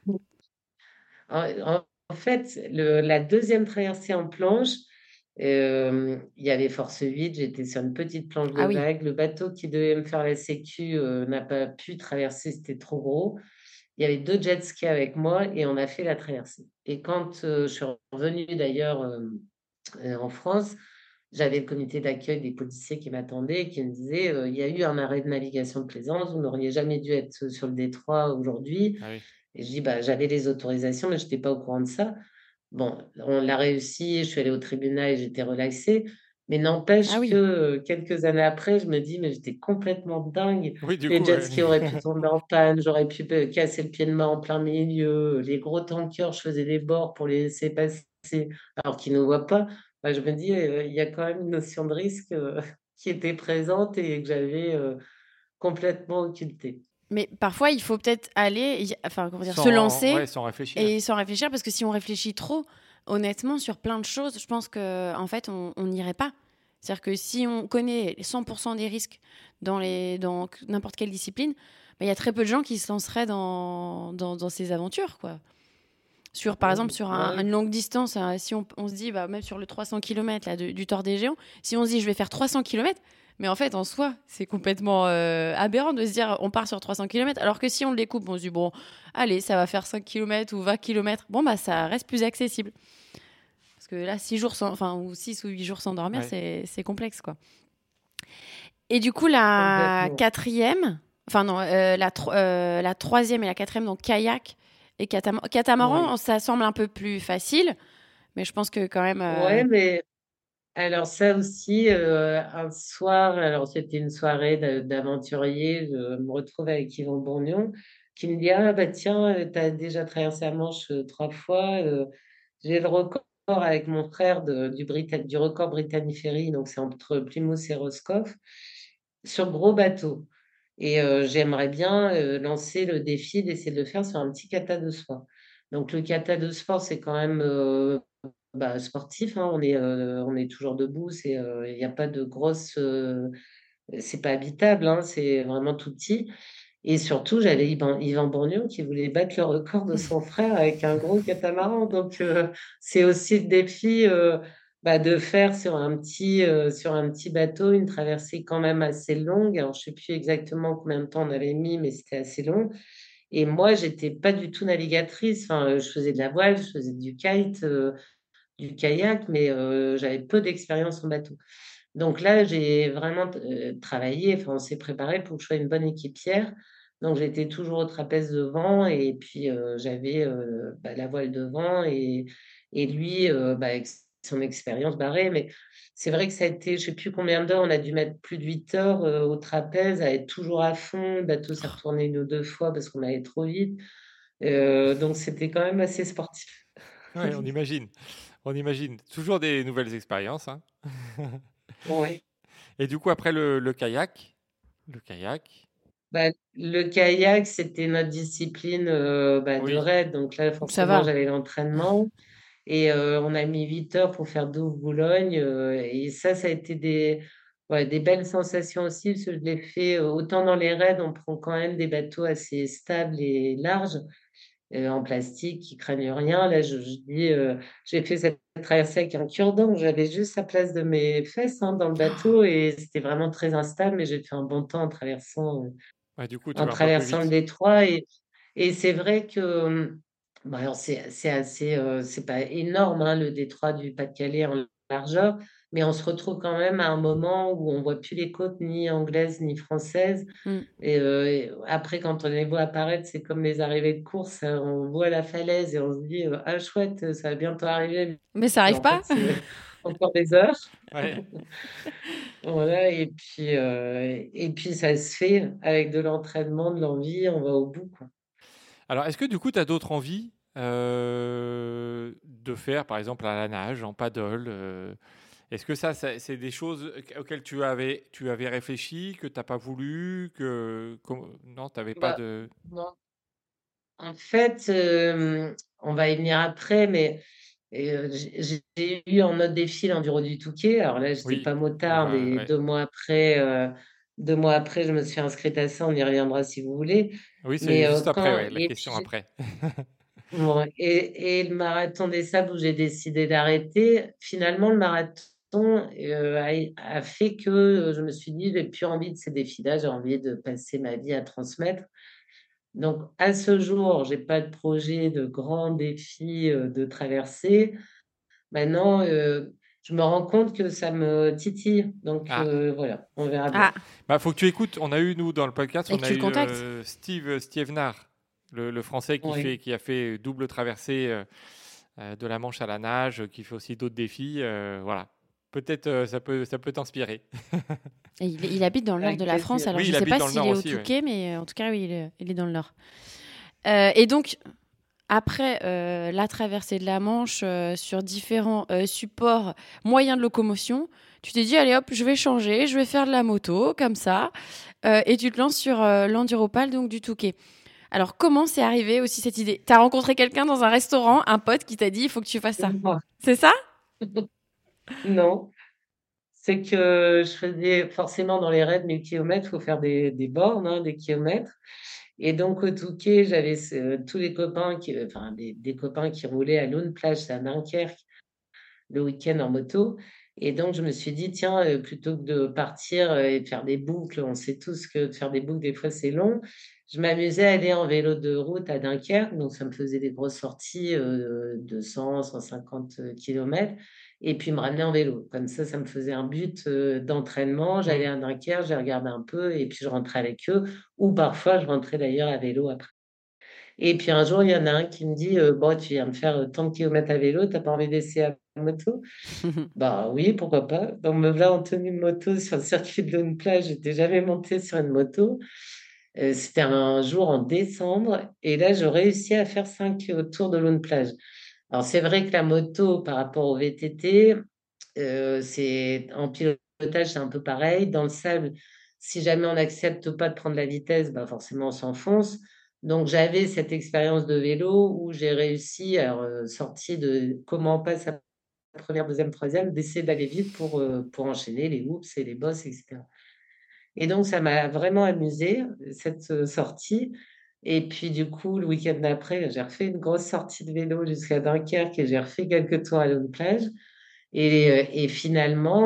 Speaker 5: En fait, la deuxième traversée en planche, il y avait force 8, j'étais sur une petite planche de
Speaker 2: Ah oui.
Speaker 5: vague. Le bateau qui devait me faire la sécu n'a pas pu traverser, c'était trop gros. Il y avait 2 jet skis avec moi et on a fait la traversée. Et quand je suis revenue d'ailleurs en France, j'avais le comité d'accueil des policiers qui m'attendaient et qui me disaient il y a eu un arrêt de navigation de plaisance, vous n'auriez jamais dû être sur le détroit aujourd'hui.
Speaker 1: Ah oui.
Speaker 5: Et je dis bah, j'avais les autorisations, mais je n'étais pas au courant de ça. Bon, on l'a réussi, je suis allée au tribunal et j'étais relaxée. Mais
Speaker 2: Ah
Speaker 5: n'empêche que
Speaker 2: oui.
Speaker 5: quelques années après, je me dis, mais j'étais complètement dingue.
Speaker 1: Oui, du
Speaker 5: Les
Speaker 1: coup,
Speaker 5: jet
Speaker 1: ouais.
Speaker 5: skis auraient pu tomber en panne, j'aurais pu casser le pied de main en plein milieu. Les gros tankers, je faisais des bords pour les laisser passer alors qu'ils ne voient pas. Bah, je me dis, il y a quand même une notion de risque qui était présente et que j'avais complètement occultée.
Speaker 2: Mais parfois, il faut peut-être enfin, comment dire, se
Speaker 1: Ouais,
Speaker 2: lancer
Speaker 1: sans réfléchir.
Speaker 2: et sans réfléchir, parce que si on réfléchit trop, honnêtement, sur plein de choses, je pense que en fait, on n'irait pas. C'est-à-dire que si on connaît 100% des risques dans n'importe quelle discipline, bah, il y a très peu de gens qui se lanceraient dans ces aventures, quoi. Par exemple, sur
Speaker 5: Ouais.
Speaker 2: une longue distance, si on se dit, bah, même sur le 300 km là, du Tour des Géants, si on se dit, je vais faire 300 km, mais en fait, en soi, c'est complètement aberrant de se dire, on part sur 300 km, alors que si on le découpe, on se dit, bon, allez, ça va faire 5 km ou 20 km, bon, bah, ça reste plus accessible. Parce que là, 6 ou 8 jours sans dormir,
Speaker 1: Ouais.
Speaker 2: c'est complexe, quoi. Et du coup, la
Speaker 5: Complètement.
Speaker 2: quatrième, enfin non, la troisième et la quatrième, donc kayak et catamaran,
Speaker 5: Oui.
Speaker 2: ça semble un peu plus facile, mais je pense que quand même.
Speaker 5: Ouais, mais alors ça aussi, un soir, alors c'était une soirée d'aventurier, je me retrouve avec Yvan Bourgnon qui me dit: «Ah bah tiens, tu as déjà traversé la Manche 3 fois, j'ai le record avec mon frère du record Brittany Ferry», donc c'est entre Plymouth et Roscoff, sur gros bateau. Et j'aimerais bien lancer le défi d'essayer de le faire sur un petit kata de sport. Donc le kata de sport, c'est quand même sportif, hein, on est toujours debout, il n'y a pas de grosse, c'est pas habitable, hein, c'est vraiment tout petit. Et surtout, j'avais Yvan Bourgnon qui voulait battre le record de son frère avec un gros catamaran. Donc, c'est aussi le défi de faire sur un petit bateau une traversée quand même assez longue. Alors, je ne sais plus exactement combien de temps on avait mis, mais c'était assez long. Et moi, j'étais pas du tout navigatrice. Enfin, je faisais de la voile, je faisais du kite, du kayak, mais j'avais peu d'expérience en bateau. Donc là, j'ai vraiment travaillé, enfin, on s'est préparé pour que je sois une bonne équipière. Donc j'étais toujours au trapèze devant et puis j'avais la voile devant et lui, avec son expérience barrée. Mais c'est vrai que ça a été, je sais plus combien d'heures, on a dû mettre plus de 8 heures au trapèze, à être toujours à fond. Le bateau s'est retourné 1 ou 2 fois parce qu'on allait trop vite. Donc c'était quand même assez sportif.
Speaker 1: Ouais, on imagine. On imagine. Toujours des nouvelles expériences, hein.
Speaker 5: Ouais.
Speaker 1: Et du coup, après le kayak,
Speaker 5: Le kayak, c'était notre discipline de
Speaker 1: oui,
Speaker 5: raid. Donc là,
Speaker 2: Donc ça
Speaker 5: forcément,
Speaker 2: va.
Speaker 5: j'avais l'entraînement. Et on a mis 8 heures pour faire Douvres-Boulogne. Et ça a été des belles sensations aussi, parce que je l'ai fait autant dans les raids, on prend quand même des bateaux assez stables et larges, en plastique, qui craignent rien. Là, je dis, j'ai fait cette traversée avec un cure-dent. J'avais juste la place de mes fesses dans le bateau et c'était vraiment très instable, mais j'ai fait un bon temps en traversant.
Speaker 1: ouais, du coup, tu
Speaker 5: En
Speaker 1: vas un peu plus
Speaker 5: traversant le
Speaker 1: vite.
Speaker 5: détroit. Et c'est vrai que alors c'est assez, c'est pas énorme, le détroit du Pas-de-Calais en largeur, mais on se retrouve quand même à un moment où on voit plus les côtes ni anglaises ni françaises.
Speaker 2: Mm.
Speaker 5: Et après, quand on les voit apparaître, c'est comme les arrivées de course, on voit la falaise et on se dit ah chouette, ça va bientôt arriver.
Speaker 2: Mais ça
Speaker 5: Mais
Speaker 2: arrive
Speaker 5: en fait,
Speaker 2: pas?
Speaker 5: c'est encore des heures.
Speaker 1: Ouais.
Speaker 5: Voilà, et puis ça se fait avec de l'entraînement, de l'envie, on va au bout, quoi.
Speaker 1: Alors, est-ce que du coup, tu as d'autres envies de faire, par exemple, à la nage, en paddle est-ce que c'est des choses auxquelles tu avais réfléchi, que tu n'as pas voulu, non, tu n'avais pas
Speaker 5: Bah,
Speaker 1: de...
Speaker 5: non. En fait, on va y venir après, mais j'ai eu en note des fils l'enduro du Touquet. Alors là, je n'étais
Speaker 1: Oui,
Speaker 5: pas
Speaker 1: on
Speaker 5: motarde
Speaker 1: va...
Speaker 5: et
Speaker 1: ouais.
Speaker 5: 2 mois après, je me suis inscrite à ça. On y reviendra si vous voulez.
Speaker 1: Oui, c'est
Speaker 5: Mais
Speaker 1: juste après,
Speaker 5: quand
Speaker 1: ouais, la
Speaker 5: et
Speaker 1: question
Speaker 5: puis
Speaker 1: après.
Speaker 5: bon, et le marathon des sables où j'ai décidé d'arrêter, finalement, le marathon a fait que je me suis dit, j'ai plus envie de ces défis-là, j'ai envie de passer ma vie à transmettre. Donc, à ce jour, j'ai pas de projet de grand défi de traversée. Maintenant, je me rends compte que ça me titille. Donc,
Speaker 1: Ah,
Speaker 5: voilà, on verra bien.
Speaker 2: Ah,
Speaker 1: bah faut que tu écoutes. On a eu, nous, dans le podcast,
Speaker 2: et
Speaker 1: on
Speaker 2: que
Speaker 1: a
Speaker 2: tu le
Speaker 1: eu
Speaker 2: contactes.
Speaker 1: Steve Stievenard, le Français
Speaker 5: Oui.
Speaker 1: qui a fait double traversée de la Manche à la nage, qui fait aussi d'autres défis. Voilà. Peut-être ça peut t'inspirer.
Speaker 2: Et il habite dans le nord de
Speaker 5: Avec
Speaker 2: la France,
Speaker 5: plaisir.
Speaker 2: alors
Speaker 1: Oui,
Speaker 2: je
Speaker 1: il
Speaker 2: sais
Speaker 1: habite
Speaker 2: pas
Speaker 1: dans le
Speaker 2: s'il
Speaker 1: Nord
Speaker 2: est au
Speaker 1: aussi, ouais.
Speaker 2: Touquet, mais en tout cas, oui, il est dans le nord. Et donc, après la traversée de la Manche sur différents supports, moyens de locomotion, tu t'es dit, allez hop, je vais changer, je vais faire de la moto, comme ça. Et tu te lances sur l'enduropal, donc du Touquet. Alors, comment c'est arrivé aussi cette idée? T'as rencontré quelqu'un dans un restaurant, un pote qui t'a dit, il faut que tu fasses ça.
Speaker 5: Moi,
Speaker 2: C'est ça?
Speaker 5: non. C'est que je faisais forcément dans les raids 1 000 kilomètres, il faut faire des bornes, des kilomètres. Et donc au Touquet, j'avais tous les copains enfin des copains qui roulaient à Lune Plage, c'est à Dunkerque, le week-end en moto. Et donc je me suis dit, tiens, plutôt que de partir et de faire des boucles, on sait tous que de faire des boucles, des fois c'est long. Je m'amusais à aller en vélo de route à Dunkerque, donc ça me faisait des grosses sorties de 100, 150 kilomètres et puis me ramener en vélo. Comme ça me faisait un but d'entraînement. J'allais
Speaker 1: Mm.
Speaker 5: à Dunkerque, j'ai regardé un peu et puis je rentrais avec eux. Ou parfois, je rentrais d'ailleurs à vélo après. Et puis un jour, il y en a un qui me dit, bon, tu viens de faire tant de kilomètres à vélo, t'as pas envie d'essayer à la moto? Bah oui, pourquoi pas. Donc me voilà en tenue de moto sur le circuit de une plage. J'étais jamais montée sur une moto. C'était un jour en décembre et là, je réussis à faire 5 tours de Lune Plage. Alors, c'est vrai que la moto, par rapport au VTT, en pilotage, c'est un peu pareil. Dans le sable, si jamais on n'accepte pas de prendre la vitesse, bah forcément, on s'enfonce. Donc, j'avais cette expérience de vélo où j'ai réussi, alors, sortie de comment on passe à la première, deuxième, troisième, d'essayer d'aller vite pour enchaîner les whoops et les bosses, etc. Et donc, ça m'a vraiment amusée, cette sortie. Et puis, du coup, le week-end d'après, j'ai refait une grosse sortie de vélo jusqu'à Dunkerque et j'ai refait quelques tours à l'autre plage. Et finalement,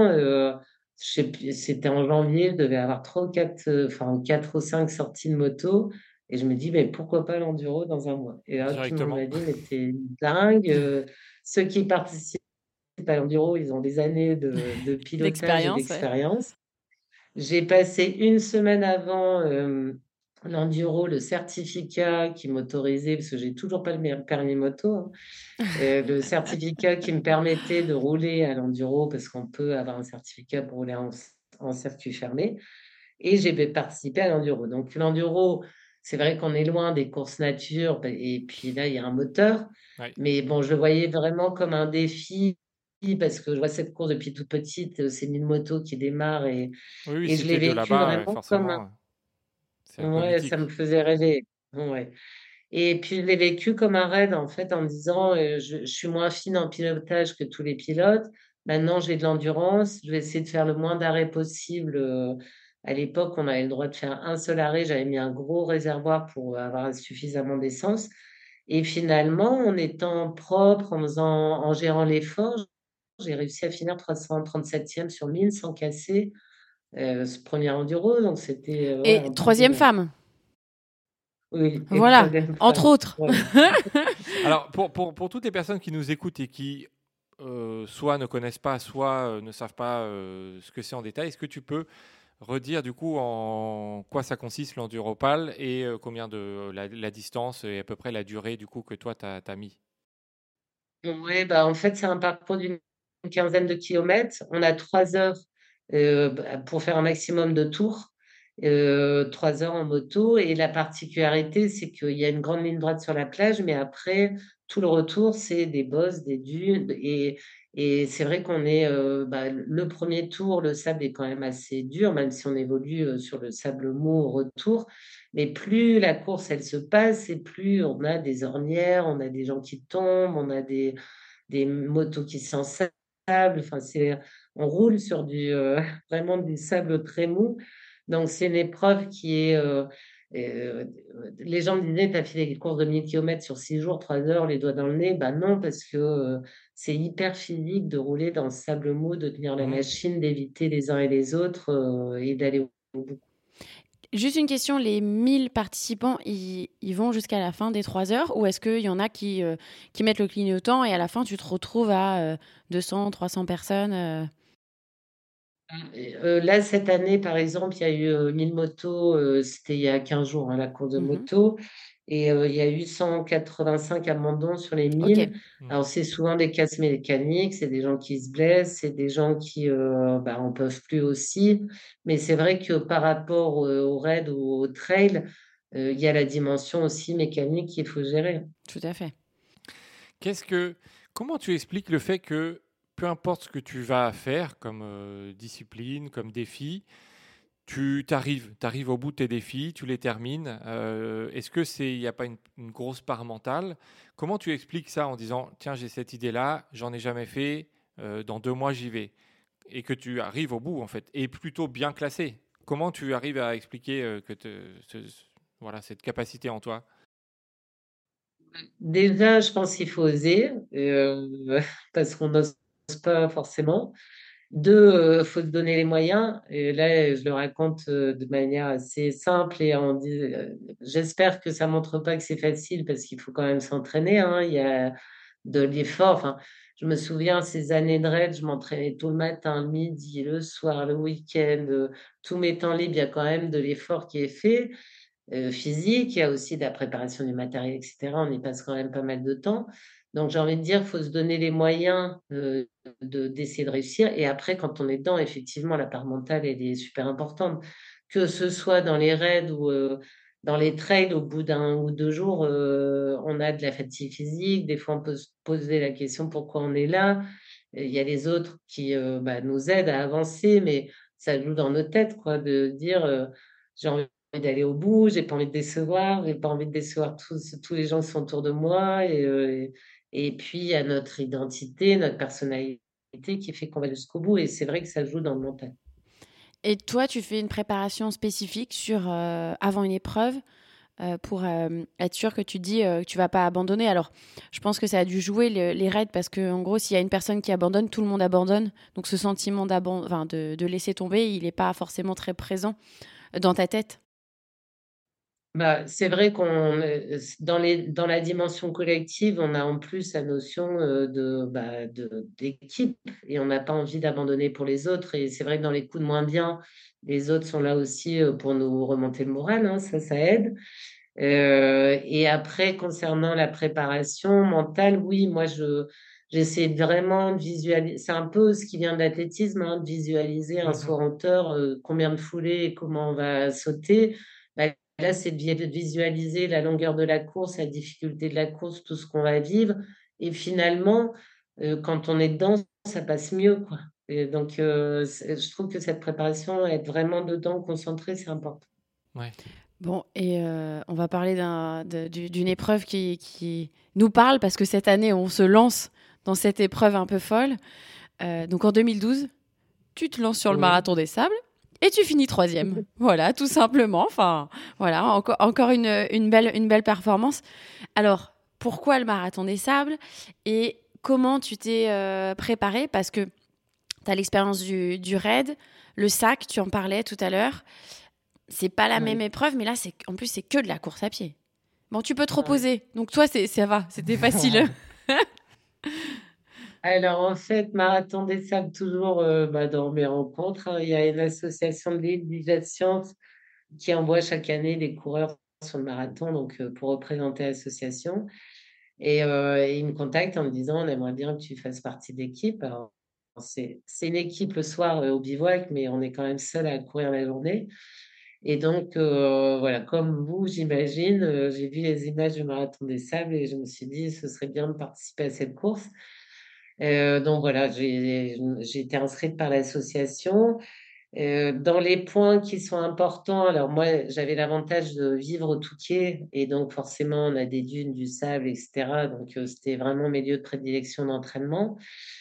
Speaker 5: je sais plus, c'était en janvier, je devais avoir 3 ou 4, enfin 4 ou 5 sorties de moto. Et je me dis, mais pourquoi pas l'enduro dans un mois? Et là, tout le monde
Speaker 1: Directement.
Speaker 5: m'a dit, mais t'es dingue. Ceux qui participent à l'enduro, ils ont des années de pilotage et
Speaker 2: D'expérience, ouais.
Speaker 5: d'expérience. J'ai passé une semaine avant l'enduro, le certificat qui m'autorisait, parce que j'ai toujours pas le permis moto, hein, le certificat qui me permettait de rouler à l'enduro, parce qu'on peut avoir un certificat pour rouler en circuit fermé. Et j'ai participé à l'enduro. Donc l'enduro, c'est vrai qu'on est loin des courses nature, et puis là, il y a un moteur.
Speaker 1: Ouais.
Speaker 5: Mais bon, je le voyais vraiment comme un défi, parce que je vois cette course depuis toute petite, c'est 1000 motos qui démarrent,
Speaker 1: Oui, oui,
Speaker 5: et je
Speaker 1: si tu
Speaker 5: l'ai
Speaker 1: es de
Speaker 5: vécu
Speaker 1: là-bas,
Speaker 5: vraiment comme un...
Speaker 1: forcément, c'est un peu
Speaker 5: Ouais, ça me
Speaker 1: mythique.
Speaker 5: faisait rêver. Ouais. Et puis je l'ai vécu comme un raid, en fait, en me disant, je suis moins fine en pilotage que tous les pilotes. Maintenant, j'ai de l'endurance. Je vais essayer de faire le moins d'arrêts possible. À l'époque, on avait le droit de faire un seul arrêt. J'avais mis un gros réservoir pour avoir suffisamment d'essence. Et finalement, en étant propre, en gérant l'effort, j'ai réussi à finir 337e sur 1000 sans casser ce premier enduro. Donc, c'était ouais,
Speaker 2: Et
Speaker 5: un truc de
Speaker 2: troisième
Speaker 5: dingue.
Speaker 2: femme.
Speaker 5: Oui, et
Speaker 2: Voilà,
Speaker 5: troisième
Speaker 2: entre
Speaker 5: femme.
Speaker 2: autres.
Speaker 5: Ouais.
Speaker 1: Alors, pour toutes les personnes qui nous écoutent et qui soit ne connaissent pas, soit ne savent pas ce que c'est en détail, est-ce que tu peux redire du coup en quoi ça consiste l'enduropal et combien de la distance et à peu près la durée du coup que toi tu as mis?
Speaker 5: Ouais, bah, en fait, c'est un parcours d'une quinzaine de kilomètres. On a 3 heures pour faire un maximum de tours, 3 heures en moto. Et la particularité, c'est qu'il y a une grande ligne droite sur la plage, mais après, tout le retour, c'est des bosses, des dunes. Et c'est vrai qu'on est bah, le premier tour, le sable est quand même assez dur, même si on évolue sur le sable mou au retour. Mais plus la course, elle se passe, et plus on a des ornières, on a des gens qui tombent, on a des motos qui s'ensablent. Enfin, on roule sur vraiment du sable très mou. Donc, c'est une épreuve qui est... euh, les gens me disaient, tu as fait des courses de 1000 km sur 6 jours, 3 heures, les doigts dans le nez. Ben non, parce que c'est hyper physique de rouler dans le sable mou, de tenir la
Speaker 1: Mhm.
Speaker 5: machine, d'éviter les uns et les autres et d'aller au bout.
Speaker 2: Juste une question, les 1000 participants, ils vont jusqu'à la fin des 3 heures ou est-ce qu'il y en a qui mettent le clignotant et à la fin tu te retrouves à 200, 300 personnes
Speaker 5: Là, cette année, par exemple, il y a eu 1000 motos, c'était il y a 15 jours, hein, la course de
Speaker 2: Mhm.
Speaker 5: moto, et il y a eu 185 abandons sur les
Speaker 2: Ok.
Speaker 5: 1000.
Speaker 1: Mhm.
Speaker 5: Alors, c'est souvent des casses mécaniques, c'est des gens qui se blessent, c'est des gens qui bah, en peuvent plus aussi. Mais c'est vrai que par rapport au raid ou au trail, il y a la dimension aussi mécanique qu'il faut gérer.
Speaker 2: Tout à fait.
Speaker 1: Qu'est-ce que, comment tu expliques le fait que peu importe ce que tu vas faire comme discipline, comme défi, tu t'arrives au bout de tes défis, tu les termines. Est-ce que il n'y a pas une grosse part mentale? Comment tu expliques ça en disant, tiens, j'ai cette idée-là, j'en ai jamais fait, dans 2 mois j'y vais, et que tu arrives au bout en fait, et plutôt bien classé. Comment tu arrives à expliquer voilà, cette capacité en toi?
Speaker 5: Déjà, je pense qu'il faut oser, parce qu'on n'ose pas forcément. Deux, faut se donner les moyens. Et là, je le raconte de manière assez simple et j'espère que ça montre pas que c'est facile parce qu'il faut quand même s'entraîner, hein. Il y a de l'effort. Enfin, je me souviens ces années de raid, je m'entraînais tout le matin, le midi, le soir, le week-end, tous mes temps libres. Il y a quand même de l'effort qui est fait physique. Il y a aussi de la préparation du matériel, etc. On y passe quand même pas mal de temps. Donc, j'ai envie de dire, il faut se donner les moyens d'essayer de réussir. Et après, quand on est dedans, effectivement, la part mentale, elle est super importante. Que ce soit dans les raids ou dans les trails, au bout d'1 ou 2 jours, on a de la fatigue physique. Des fois, on peut se poser la question pourquoi on est là. Il y a les autres qui bah, nous aident à avancer, mais ça joue dans nos têtes, quoi, de dire j'ai envie d'aller au bout, j'ai pas envie de décevoir, j'ai pas envie de décevoir tous les gens qui sont autour de moi. Et puis, il y a notre identité, notre personnalité qui fait qu'on va jusqu'au bout. Et c'est vrai que ça joue dans le mental.
Speaker 2: Et toi, tu fais une préparation spécifique avant une épreuve pour être sûr que tu dis que tu vas pas abandonner. Alors, je pense que ça a dû jouer les raids parce que en gros, s'il y a une personne qui abandonne, tout le monde abandonne. Donc, ce sentiment de laisser tomber, il n'est pas forcément très présent dans ta tête.
Speaker 5: Bah, c'est vrai dans la dimension collective, on a en plus la notion d'équipe et on n'a pas envie d'abandonner pour les autres. Et c'est vrai que dans les coups de moins bien, les autres sont là aussi pour nous remonter le moral, hein, ça aide. Et après, concernant la préparation mentale, oui, j'essaie vraiment de visualiser. C'est un peu ce qui vient de l'athlétisme, hein, de visualiser un
Speaker 1: Mhm.
Speaker 5: saut en hauteur, combien de foulées et comment on va sauter. Bah, là, c'est de visualiser la longueur de la course, la difficulté de la course, tout ce qu'on va vivre. Et finalement, quand on est dedans, ça passe mieux, quoi. Et donc, je trouve que cette préparation, être vraiment dedans, concentré, c'est important.
Speaker 1: Ouais.
Speaker 2: Bon, et on va parler d'une épreuve qui nous parle parce que cette année, on se lance dans cette épreuve un peu folle. Donc en 2012, tu te lances sur le
Speaker 5: Oui.
Speaker 2: marathon des sables et tu finis troisième. Voilà, tout simplement. Enfin, voilà, encore une belle performance. Alors, pourquoi le marathon des sables et comment tu t'es préparé? Parce que tu as l'expérience du raid, le sac, tu en parlais tout à l'heure. C'est pas la même
Speaker 5: Oui.
Speaker 2: épreuve, mais là, en plus, c'est que de la course à pied. Bon, tu peux te
Speaker 5: Ouais.
Speaker 2: reposer. Donc, toi, ça va, c'était facile.
Speaker 5: Alors, en fait, Marathon des Sables, toujours dans mes rencontres, hein, il y a une association de l'île Science qui envoie chaque année des coureurs sur le marathon donc, pour représenter l'association. Et ils me contactent en me disant, on aimerait bien que tu fasses partie de l'équipe. Alors, c'est une équipe le soir au bivouac, mais on est quand même seul à courir la journée. Et donc, voilà, comme vous, j'imagine, j'ai vu les images du Marathon des Sables et je me suis dit, ce serait bien de participer à cette course. Donc voilà, j'ai été inscrite par l'association. Dans les points qui sont importants, alors moi j'avais l'avantage de vivre au Touquet et donc forcément on a des dunes, du sable, etc. Donc c'était vraiment mes lieux de prédilection d'entraînement.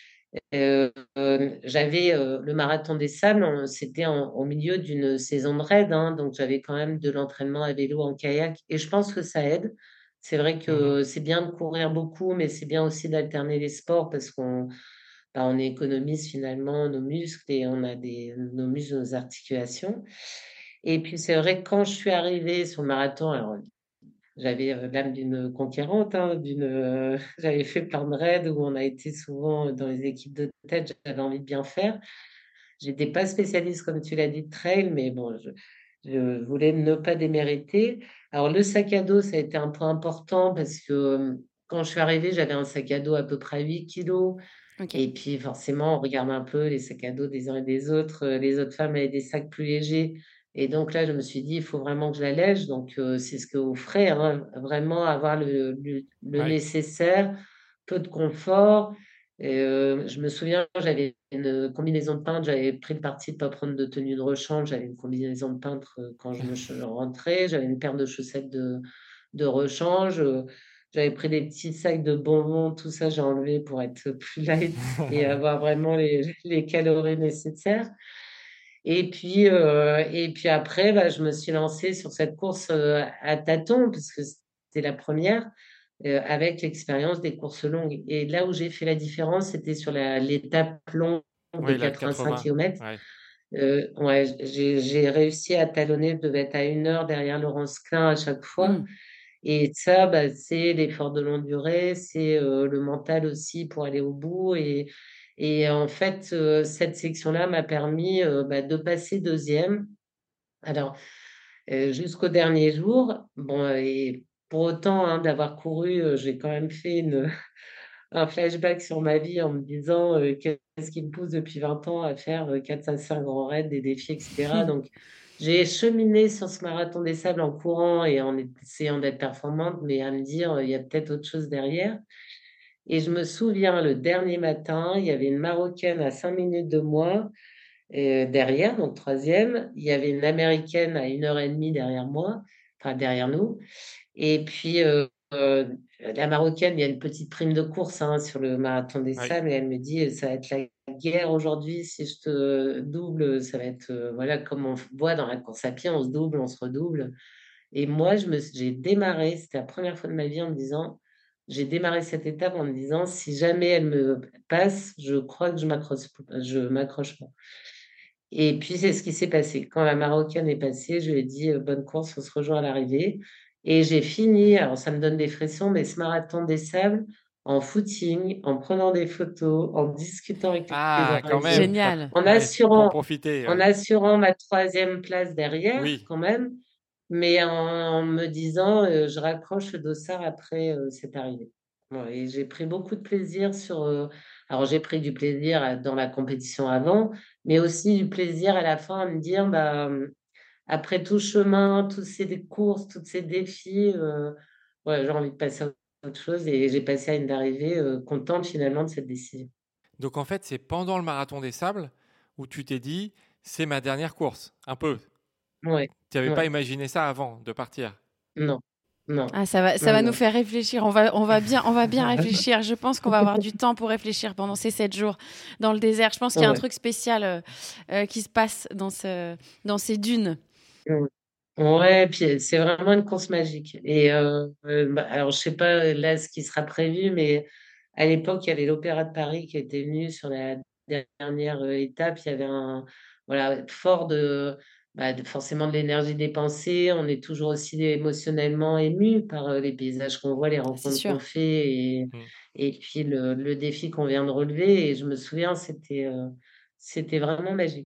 Speaker 5: J'avais le marathon des sables, c'était au milieu d'une saison de raid, hein, donc j'avais quand même de l'entraînement à vélo en kayak et je pense que ça aide. C'est vrai
Speaker 1: Mhm.
Speaker 5: que c'est bien de courir beaucoup, mais c'est bien aussi d'alterner les sports parce on économise finalement nos muscles et on a nos muscles, nos articulations. Et puis c'est vrai que quand je suis arrivée sur le marathon, alors j'avais l'âme d'une conquérante, hein, j'avais fait plein de raids où on a été souvent dans les équipes de tête, j'avais envie de bien faire. J'étais pas spécialiste, comme tu l'as dit, de trail, mais bon, je voulais ne pas démériter. Alors, le sac à dos, ça a été un point important parce que quand je suis arrivée, j'avais un sac à dos à peu près 8 kilos.
Speaker 2: Ok.
Speaker 5: Et puis, forcément, on regarde un peu les sacs à dos des uns et des autres. Les autres femmes avaient des sacs plus légers. Et donc là, je me suis dit, il faut vraiment que je l'allège. Donc, c'est ce que vous ferez, hein, vraiment avoir le
Speaker 1: Ouais.
Speaker 5: nécessaire, peu de confort. Et, je me souviens, j'avais une combinaison de peintre. J'avais pris le parti de ne pas prendre de tenue de rechange. J'avais une combinaison de peintre quand je rentrais. J'avais une paire de chaussettes de rechange. J'avais pris des petits sacs de bonbons, tout ça, j'ai enlevé pour être plus light et avoir vraiment les calories nécessaires. Et puis après, bah, je me suis lancée sur cette course à tâtons, parce que c'était la première, avec l'expérience des courses longues. Et là où j'ai fait la différence, c'était sur l'étape longue de
Speaker 1: Oui, la
Speaker 5: 85
Speaker 1: 80.
Speaker 5: km.
Speaker 1: Ouais.
Speaker 5: Ouais, j'ai réussi à talonner, je devais être à 1 heure derrière Laurence Klein à chaque fois.
Speaker 2: Hmm.
Speaker 5: Et ça, bah, c'est l'effort de longue durée, c'est le mental aussi pour aller au bout. Et en fait, cette section-là m'a permis bah, de passer deuxième. Alors, jusqu'au dernier jour, bon, et pour autant hein, d'avoir couru, j'ai quand même fait un flashback sur ma vie en me disant qu'est-ce qui me pousse depuis 20 ans à faire 4 5 grands raids, des défis, etc. Donc, j'ai cheminé sur ce marathon des sables en courant et en essayant d'être performante, mais à me dire, il y a peut-être autre chose derrière. Et je me souviens, le dernier matin, il y avait une Marocaine à 5 minutes de moi derrière, donc troisième. Il y avait une Américaine à 1 heure et demie derrière moi, enfin derrière nous. Et puis, la Marocaine, il y a une petite prime de course hein, sur le marathon des
Speaker 1: Ouais.
Speaker 5: sables et elle me dit, ça va être la guerre aujourd'hui, si je te double, ça va être, voilà, comme on voit dans la course à pied, on se double, on se redouble. Et moi, j'ai démarré, c'était la première fois de ma vie en me disant, j'ai démarré cette étape en me disant, si jamais elle me passe, je crois que je m'accroche pas. Et puis, c'est ce qui s'est passé. Quand la Marocaine est passée, je lui ai dit bonne course, on se rejoint à l'arrivée. Et j'ai fini, alors ça me donne des frissons, mais ce marathon des sables en footing, en prenant des photos, en discutant avec les
Speaker 1: Ah, quand
Speaker 5: Indiens,
Speaker 1: même,
Speaker 2: Génial.
Speaker 5: en
Speaker 1: ouais, pour
Speaker 5: assurant,
Speaker 1: profiter,
Speaker 5: en
Speaker 1: ouais.
Speaker 5: assurant ma troisième place derrière,
Speaker 1: Oui.
Speaker 5: quand même, mais en me disant je raccroche le dossard après cette arrivée. Bon, et j'ai pris beaucoup de plaisir alors j'ai pris du plaisir dans la compétition avant, mais aussi du plaisir à la fin à me dire, bah, après tout chemin, toutes ces courses, tous ces défis, ouais, j'ai envie de passer à autre chose et j'ai passé à une arrivée contente finalement de cette décision.
Speaker 1: Donc en fait, c'est pendant le marathon des sables où tu t'es dit, c'est ma dernière course, un peu.
Speaker 5: Ouais,
Speaker 1: Tu n'avais pas
Speaker 5: ouais,
Speaker 1: imaginé ça avant de partir.
Speaker 5: non, non,
Speaker 2: Ah, ça
Speaker 5: non,
Speaker 2: va nous
Speaker 5: non.
Speaker 2: faire réfléchir. On va bien réfléchir. Je pense qu'on va avoir du temps pour réfléchir pendant ces 7 jours dans le désert. Je pense qu'il y a un
Speaker 5: Ouais.
Speaker 2: truc spécial qui se passe dans ces dunes.
Speaker 5: Ouais, ouais, puis c'est vraiment une course magique. Et bah, alors, je sais pas là ce qui sera prévu, mais à l'époque, il y avait l'Opéra de Paris qui était venu sur la dernière étape. Il y avait voilà, fort forcément de l'énergie dépensée. On est toujours aussi émotionnellement ému par les paysages qu'on voit, les
Speaker 2: C'est
Speaker 5: rencontres qu'on
Speaker 2: sûr.
Speaker 5: fait
Speaker 1: Mm.
Speaker 5: et puis le défi qu'on vient de relever. Et je me souviens, c'était vraiment magique.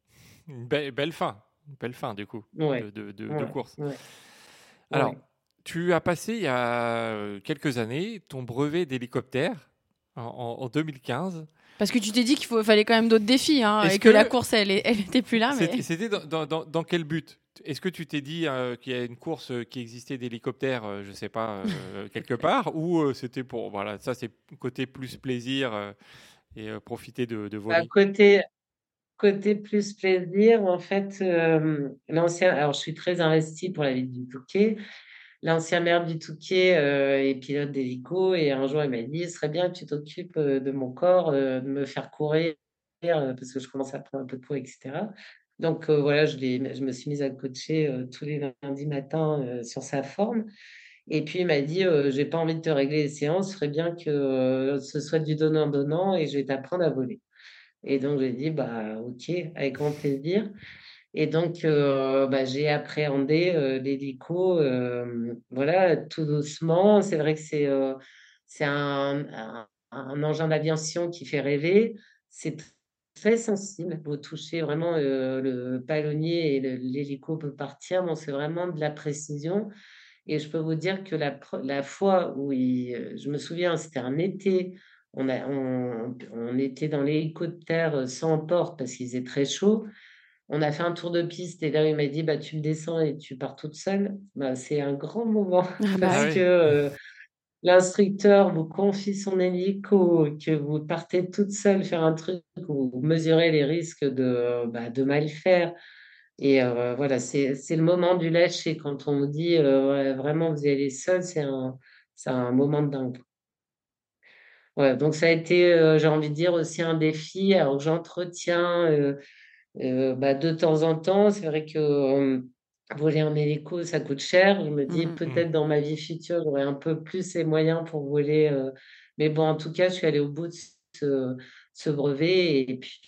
Speaker 1: Une belle fin du coup
Speaker 5: Ouais,
Speaker 1: de
Speaker 5: ouais,
Speaker 1: course.
Speaker 5: ouais,
Speaker 1: Alors,
Speaker 5: ouais.
Speaker 1: tu as passé il y a quelques années ton brevet d'hélicoptère en 2015.
Speaker 2: Parce que tu t'es dit fallait quand même d'autres défis, hein,
Speaker 1: Est-ce
Speaker 2: et que la
Speaker 1: que
Speaker 2: course, elle était plus là, mais.
Speaker 1: c'était dans quel but? Est-ce que tu t'es dit qu'il y a une course qui existait d'hélicoptère, je ne sais pas, quelque part, ou c'était pour, voilà, ça c'est côté plus plaisir et profiter de
Speaker 5: Bah,
Speaker 1: voler?
Speaker 5: côté plus plaisir, en fait, alors je suis très investie pour la ville du Touquet. L'ancien maire du Touquet est pilote d'hélico et un jour il m'a dit, ce serait bien que tu t'occupes de mon corps, de me faire courir parce que je commence à prendre un peu de poids, etc. Donc voilà, je me suis mise à coacher tous les lundis matins sur sa forme. Et puis il m'a dit, j'ai pas envie de te régler les séances, ce serait bien que ce soit du donnant-donnant et je vais t'apprendre à voler. Et donc, j'ai dit, bah, OK, avec grand plaisir. Et donc, bah, j'ai appréhendé l'hélico, voilà, tout doucement. C'est vrai que c'est un engin d'aviation qui fait rêver. C'est très sensible. Vous touchez vraiment le palonnier et l'hélico peut partir. Bon, c'est vraiment de la précision. Et je peux vous dire que la fois où je me souviens, c'était un été, on était dans l'hélicoptère sans porte parce qu'il faisait très chaud. On a fait un tour de piste et là, il m'a dit, bah, tu me descends et tu pars toute seule. Bah, c'est un grand moment
Speaker 2: Ah bah
Speaker 1: Ah
Speaker 5: parce
Speaker 2: oui.
Speaker 5: que
Speaker 1: oui.
Speaker 5: l'instructeur vous confie son hélico, que vous partez toute seule faire un truc où vous mesurez les risques de mal faire. Et voilà, c'est le moment du lâcher. Quand on vous dit ouais, vraiment vous y allez seul, c'est un moment de dingue. Ouais, donc ça a été, j'ai envie de dire, aussi un défi. Alors j'entretiens bah, de temps en temps. C'est vrai que voler en hélico, ça coûte cher. Je me dis
Speaker 2: Mhm.
Speaker 1: Mm.
Speaker 5: peut-être dans ma vie future, j'aurai un peu plus les moyens pour voler. Mais bon, en tout cas, je suis allée au bout de ce brevet.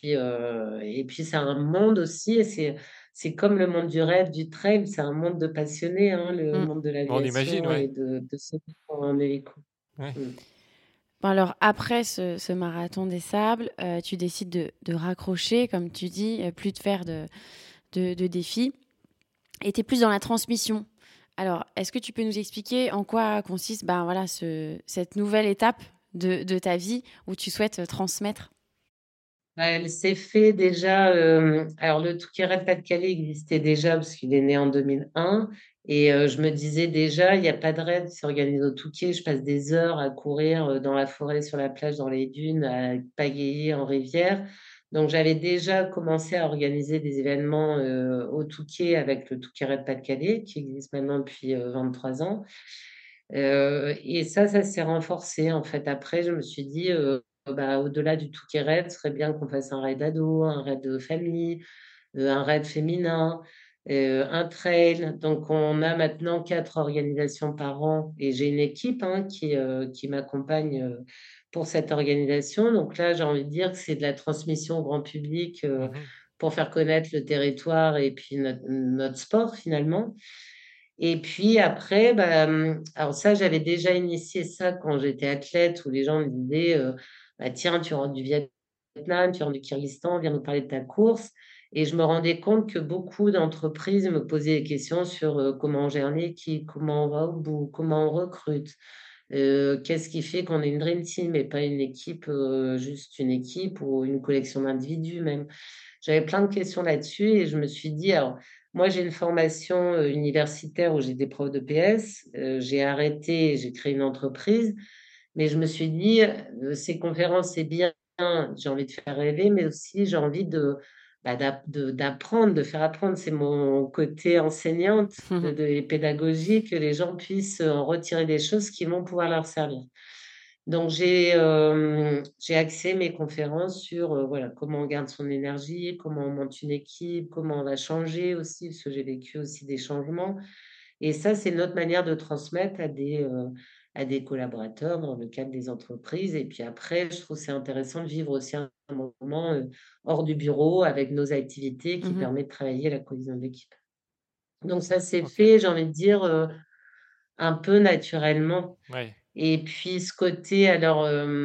Speaker 5: Et puis c'est un monde aussi. Et c'est comme le monde du rêve, du trail. C'est un monde de passionnés, hein, le
Speaker 2: Mm.
Speaker 5: monde de
Speaker 1: Bon, on imagine,
Speaker 5: l'aviation
Speaker 1: ouais.
Speaker 5: et de ceux qui font en hélico.
Speaker 1: Ouais.
Speaker 5: Mm.
Speaker 2: Bon, alors, après ce marathon des sables, tu décides de raccrocher, comme tu dis, plus de faire de défis, et tu es plus dans la transmission. Alors, est-ce que tu peux nous expliquer en quoi consiste ben, voilà, cette nouvelle étape de ta vie où tu souhaites transmettre?
Speaker 5: Bah, elle s'est fait déjà. Alors, le Touquet-Red Pas-de-Calais existait déjà parce qu'il est né en 2001. Et je me disais déjà, il n'y a pas de raid qui s'organise au Touquet. Je passe des heures à courir dans la forêt, sur la plage, dans les dunes, à pagayer en rivière. Donc, j'avais déjà commencé à organiser des événements au Touquet avec le Touquet-Red Pas-de-Calais, qui existe maintenant depuis 23 ans. Et ça s'est renforcé en fait. Après, je me suis dit, bah, au-delà du Touquet Raid, ce serait bien qu'on fasse un raid ado, un raid de famille, un raid féminin, un trail. Donc, on a maintenant 4 organisations par an et j'ai une équipe hein, qui m'accompagne pour cette organisation. Donc là, j'ai envie de dire que c'est de la transmission au grand public
Speaker 1: Mhm.
Speaker 5: pour faire connaître le territoire et puis notre sport finalement. Et puis après, bah, alors ça, j'avais déjà initié ça quand j'étais athlète, où les gens me disaient, bah, tiens, tu rentres du Vietnam, tu rentres du Kyrgyzstan, viens nous parler de ta course. Et je me rendais compte que beaucoup d'entreprises me posaient des questions sur comment on gère une équipe, comment on va au bout, comment on recrute, qu'est-ce qui fait qu'on est une dream team et pas une équipe, juste une équipe ou une collection d'individus même. J'avais plein de questions là-dessus et je me suis dit, alors, moi, j'ai une formation universitaire où j'ai des profs de PS. J'ai arrêté, j'ai créé une entreprise, mais je me suis dit, ces conférences, c'est bien, j'ai envie de faire rêver, mais aussi j'ai envie d'apprendre, de faire apprendre. C'est mon côté enseignante de pédagogie, que les gens puissent en retirer des choses qui vont pouvoir leur servir. Donc, j'ai axé mes conférences sur voilà, comment on garde son énergie, comment on monte une équipe, comment on va changer aussi, parce que j'ai vécu aussi des changements. Et ça, c'est notre manière de transmettre à des collaborateurs dans le cadre des entreprises. Et puis après, je trouve que c'est intéressant de vivre aussi un moment hors du bureau avec nos activités qui permet de travailler la cohésion d'équipe. Donc ça, c'est
Speaker 1: Ok.
Speaker 5: fait, j'ai envie de dire, un peu naturellement.
Speaker 1: Ouais.
Speaker 5: Et puis ce côté, alors,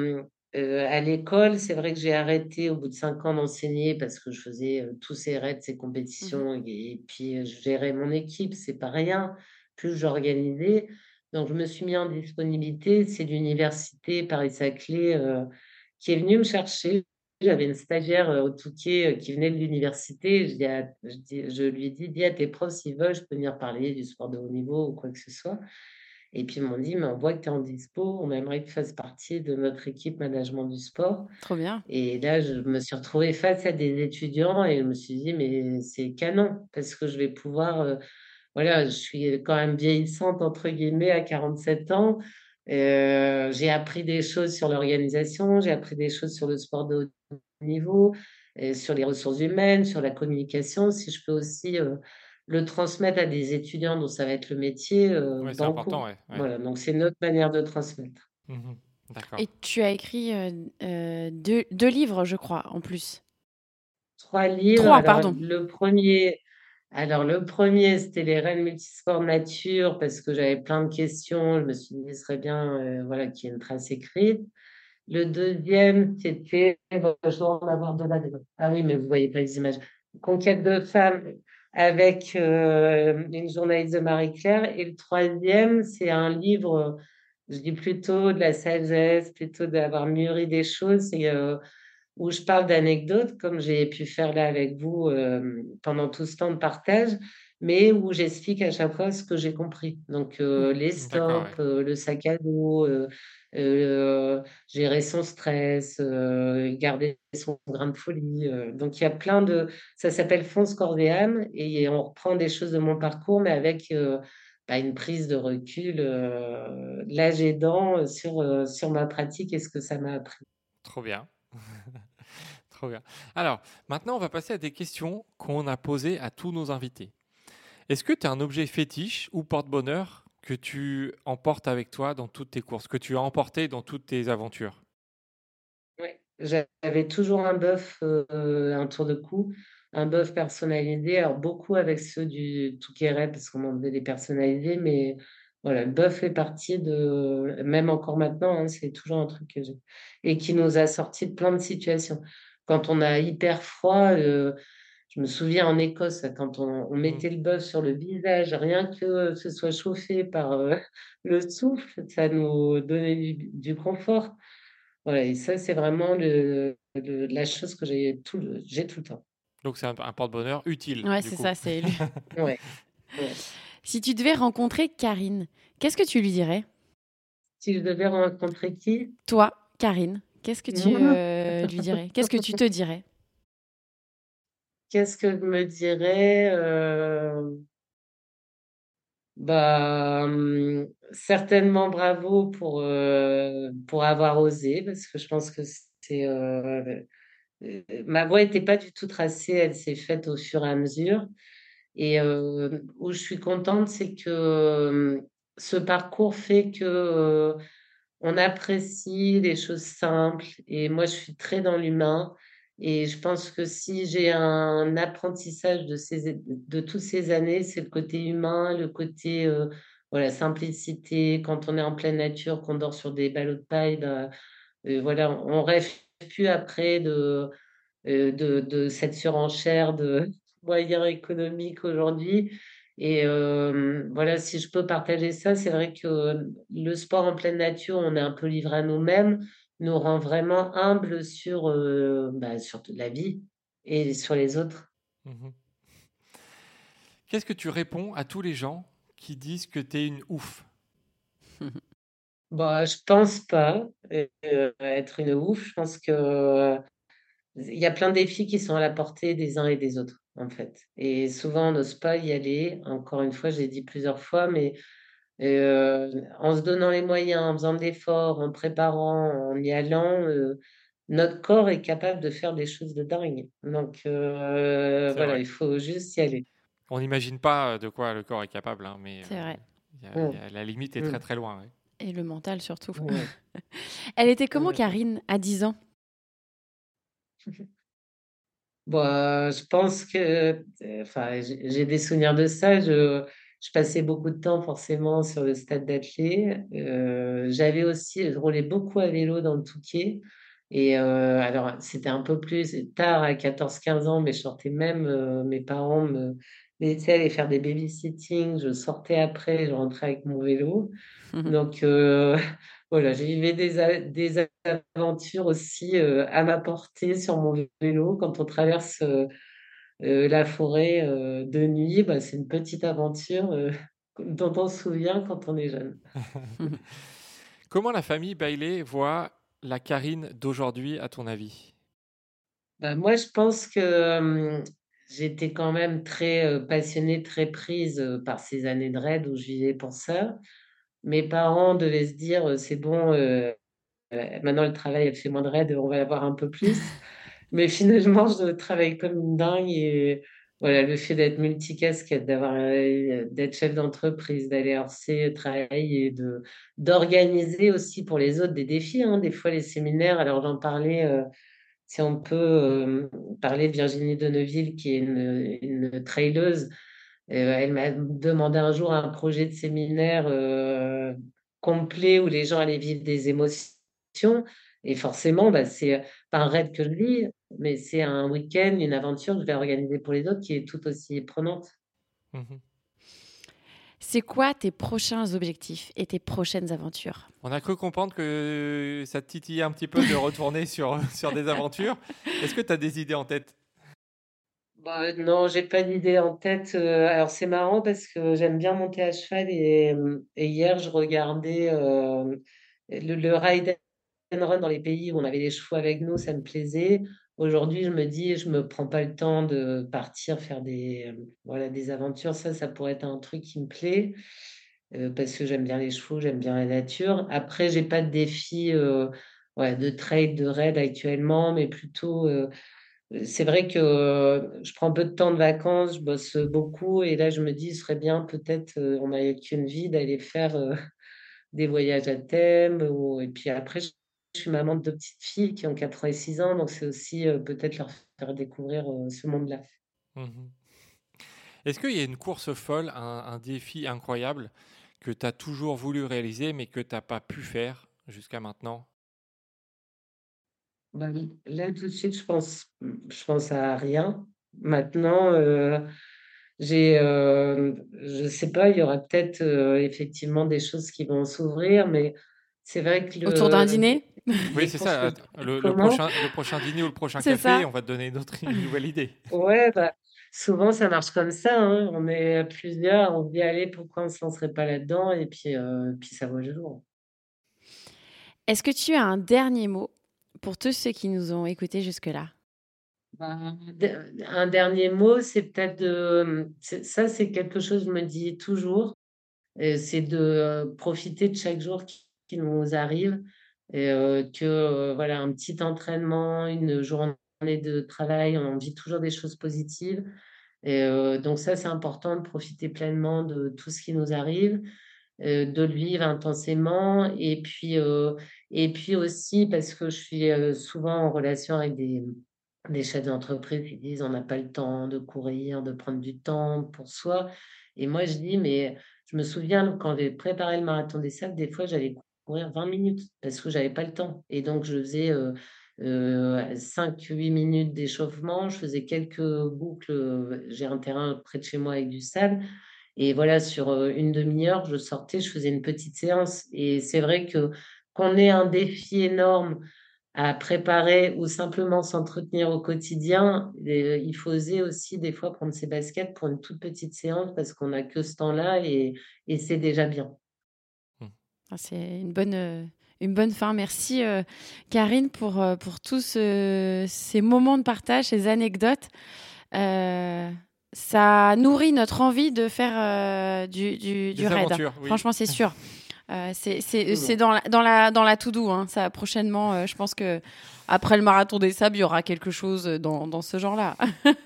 Speaker 5: à l'école, c'est vrai que j'ai arrêté au bout de 5 ans d'enseigner parce que je faisais tous ces raids, ces compétitions, et puis je gérais mon équipe, c'est pas rien, plus j'organisais. Donc je me suis mis en disponibilité. C'est l'université Paris-Saclay qui est venue me chercher. J'avais une stagiaire au Touquet qui venait de l'université. Je lui ai dit, dis à tes profs s'ils veulent, je peux venir parler du sport de haut niveau ou quoi que ce soit. Et puis ils m'ont dit, mais on voit que tu es en dispo, on aimerait que tu fasses partie de notre équipe management du sport.
Speaker 2: Trop bien.
Speaker 5: Et là, je me suis retrouvée face à des étudiants et je me suis dit, mais c'est canon, parce que je vais pouvoir, voilà, je suis quand même vieillissante, entre guillemets, à 47 ans. J'ai appris des choses sur l'organisation, j'ai appris des choses sur le sport de haut niveau, sur les ressources humaines, sur la communication. Si je peux aussi le transmettre à des étudiants dont ça va être le métier,
Speaker 1: Ouais, c'est important,
Speaker 5: banco.
Speaker 1: ouais. Ouais.
Speaker 5: Voilà, donc c'est notre manière de transmettre.
Speaker 1: Mhm. D'accord.
Speaker 2: Et tu as écrit deux livres, je crois, en plus.
Speaker 5: 3 livres.
Speaker 2: Trois, pardon.
Speaker 5: Le premier, c'était les Rennes multisports nature, parce que j'avais plein de questions. Je me suis dit, ce serait bien voilà, qu'il y ait une trace écrite. Le deuxième, c'était, bon, je dois en avoir de là. Ah oui, mais vous voyez pas les images. Conquête de femmes avec une journaliste de Marie-Claire. Et le troisième, c'est un livre, je dis plutôt de la sagesse, plutôt d'avoir mûri des choses. C'est où je parle d'anecdotes, comme j'ai pu faire là avec vous pendant tout ce temps de partage, mais où j'explique à chaque fois ce que j'ai compris. Donc, les
Speaker 1: D'accord, ouais.
Speaker 5: stops, le sac à dos, gérer son stress, garder son grain de folie. Donc, il y a plein de... Ça s'appelle Fonce corps et âme, et on reprend des choses de mon parcours, mais avec une prise de recul, l'âge aidant, sur ma pratique et ce que ça m'a appris.
Speaker 1: Trop bien. Trop bien. Alors, maintenant, on va passer à des questions qu'on a posées à tous nos invités. Est-ce que tu as un objet fétiche ou porte-bonheur que tu emportes avec toi dans toutes tes courses, que tu as emporté dans toutes tes aventures?
Speaker 5: Ouais, j'avais toujours un bœuf, un tour de cou, un bœuf personnalisé, alors beaucoup avec ceux du Touquet Red parce qu'on m'en faisait des personnalisés, mais voilà, le bœuf fait partie de, même encore maintenant, hein, c'est toujours un truc que j'ai, et qui nous a sorti de plein de situations. Quand on a hyper froid, je me souviens en Écosse, quand on
Speaker 1: Mm.
Speaker 5: mettait le bœuf sur le visage, rien que ce soit chauffé par le souffle, ça nous donnait du confort. Voilà, et ça, c'est vraiment la chose que j'ai tout le temps.
Speaker 1: Donc, c'est un porte-bonheur utile,
Speaker 2: Ouais,
Speaker 1: du
Speaker 2: c'est
Speaker 1: coup.
Speaker 2: ça, c'est lui.
Speaker 5: Ouais, ouais.
Speaker 2: Si tu devais rencontrer Karine, qu'est-ce que tu lui dirais?
Speaker 5: Si je devais rencontrer qui?
Speaker 2: Toi, Karine, qu'est-ce que tu
Speaker 5: Moi,
Speaker 2: lui dirais? Qu'est-ce que tu te dirais?
Speaker 5: qu'est-ce que je me dirais? Certainement bravo pour avoir osé, parce que je pense que ma voie n'était pas du tout tracée, elle s'est faite au fur et à mesure. Et où je suis contente, c'est que ce parcours fait que on apprécie les choses simples. Et moi, je suis très dans l'humain. Et je pense que si j'ai un apprentissage de toutes ces années, c'est le côté humain, le côté voilà, simplicité. Quand on est en pleine nature, qu'on dort sur des ballots de paille, bah, voilà, on rêve plus après de cette surenchère de moyens économiques aujourd'hui. Et voilà, si je peux partager ça, c'est vrai que le sport en pleine nature, on est un peu livré à nous-mêmes, nous rend vraiment humbles sur la vie et sur les autres.
Speaker 1: Mhm. Qu'est-ce que tu réponds à tous les gens qui disent que tu es une ouf?
Speaker 5: Bon, je pense pas être une ouf. Je pense que il y a plein de défis qui sont à la portée des uns et des autres, en fait. Et souvent, on n'ose pas y aller. Encore une fois, j'ai dit plusieurs fois, mais en se donnant les moyens, en faisant de l'effort, en préparant, en y allant, notre corps est capable de faire des choses de dingue. Donc
Speaker 1: C'est
Speaker 5: voilà,
Speaker 1: vrai.
Speaker 5: il faut juste y aller.
Speaker 1: On n'imagine pas de quoi le corps est capable, hein, mais
Speaker 2: C'est vrai.
Speaker 5: Mm,
Speaker 1: la limite est très
Speaker 5: mm,
Speaker 1: très loin. Ouais.
Speaker 2: Et le mental surtout.
Speaker 5: ouais,
Speaker 2: Elle était comment,
Speaker 5: ouais.
Speaker 2: Karine, à 10 ans?
Speaker 5: Bon, je pense que, enfin, j'ai des souvenirs de ça. Je passais beaucoup de temps forcément sur le stade d'athlée. J'avais aussi, je roulais beaucoup à vélo dans le Touquet. Et alors, c'était un peu plus tard, à 14 15 ans, mais je sortais même, mes parents me laissaient aller faire des babysitting. Je sortais après, je rentrais avec mon vélo. Donc voilà, j'ai vécu des aventures aussi à ma portée sur mon vélo. Quand on traverse la forêt de nuit, bah, c'est une petite aventure dont on se souvient quand on est jeune.
Speaker 1: Comment la famille Bailey voit la Karine d'aujourd'hui, à ton avis?
Speaker 5: Bah, moi, je pense que j'étais quand même très passionnée, très prise par ces années de raid où je vivais pour ça. Mes parents devaient se dire, c'est bon, maintenant le travail, elle fait moins de raids, on va avoir un peu plus. Mais finalement, je travaille comme une dingue et voilà, le fait d'être multicasquette, d'être chef d'entreprise, d'aller hors travail et d'organiser aussi pour les autres des défis, hein. Des fois, les séminaires, alors j'en parlais, si on peut parler de Virginie Deneville, qui est une traileuse. Elle m'a demandé un jour un projet de séminaire complet où les gens allaient vivre des émotions. Et forcément, bah, c'est pas un rêve que je vis, mais c'est un week-end, une aventure que je vais organiser pour les autres qui est tout aussi prenante.
Speaker 1: Mhm.
Speaker 2: C'est quoi tes prochains objectifs et tes prochaines aventures?
Speaker 1: On a cru comprendre que ça te titillait un petit peu de retourner sur des aventures. Est-ce que tu as des idées en tête?
Speaker 5: Bah, non, j'ai pas d'idée en tête. Alors c'est marrant parce que j'aime bien monter à cheval et hier je regardais le ride and run dans les pays où on avait les chevaux avec nous, ça me plaisait. Aujourd'hui, je me dis, je me prends pas le temps de partir faire voilà, des aventures. Ça pourrait être un truc qui me plaît parce que j'aime bien les chevaux, j'aime bien la nature. Après, j'ai pas de défi ouais, de trail, de raid actuellement, mais plutôt c'est vrai que je prends peu de temps de vacances, je bosse beaucoup et là je me dis, ce serait bien peut-être, on n'a qu'une vie, d'aller faire des voyages à thème. Et puis après, je suis maman de deux petites filles qui ont 4 ans et 6 ans, donc c'est aussi peut-être leur faire découvrir ce monde-là.
Speaker 1: Mhm. Est-ce qu'il y a une course folle, un défi incroyable que tu as toujours voulu réaliser mais que tu n'as pas pu faire jusqu'à maintenant?
Speaker 5: Bah, là tout de suite, je pense à rien. Maintenant, je sais pas, il y aura peut-être effectivement des choses qui vont s'ouvrir, mais c'est vrai que
Speaker 2: Autour d'un dîner?
Speaker 1: Oui,
Speaker 5: les
Speaker 1: c'est
Speaker 5: courses,
Speaker 1: ça.
Speaker 5: comment?
Speaker 1: Le prochain dîner ou le prochain
Speaker 2: C'est
Speaker 1: café,
Speaker 2: ça.
Speaker 1: on va te donner une nouvelle idée.
Speaker 5: Ouais, bah, souvent ça marche comme ça, hein. On est plusieurs, on se dit allez, pourquoi on ne se lancerait pas là-dedans? Et puis ça voit le jour.
Speaker 2: Est-ce que tu as un dernier mot pour tous ceux qui nous ont écoutés jusque-là?
Speaker 5: Ben, un dernier mot, c'est peut-être ça, c'est quelque chose que je me dis toujours, c'est de profiter de chaque jour qui nous arrive, et que voilà, un petit entraînement, une journée de travail, on vit toujours des choses positives. Et donc ça, c'est important de profiter pleinement de tout ce qui nous arrive, de le vivre intensément. Et puis aussi, parce que je suis souvent en relation avec des chefs d'entreprise qui disent on n'a pas le temps de courir, de prendre du temps pour soi. Et moi, je dis, mais je me souviens quand j'ai préparé le marathon des sables, des fois, j'allais courir 20 minutes parce que j'avais pas le temps. Et donc, je faisais 5-8 minutes d'échauffement, je faisais quelques boucles. J'ai un terrain près de chez moi avec du sable. Et voilà, sur une demi-heure, je sortais, je faisais une petite séance. Et c'est vrai que qu'on ait un défi énorme à préparer ou simplement s'entretenir au quotidien, il faut oser aussi des fois prendre ses baskets pour une toute petite séance parce qu'on n'a que ce temps-là et c'est déjà bien.
Speaker 2: C'est une bonne fin. Merci Karine pour tous ces moments de partage, ces anecdotes. Ça nourrit notre envie de faire du raid.
Speaker 1: Oui.
Speaker 2: Franchement, c'est sûr. C'est dans la to-do. Hein. Ça, prochainement, je pense que après le marathon des sables, il y aura quelque chose dans ce genre-là.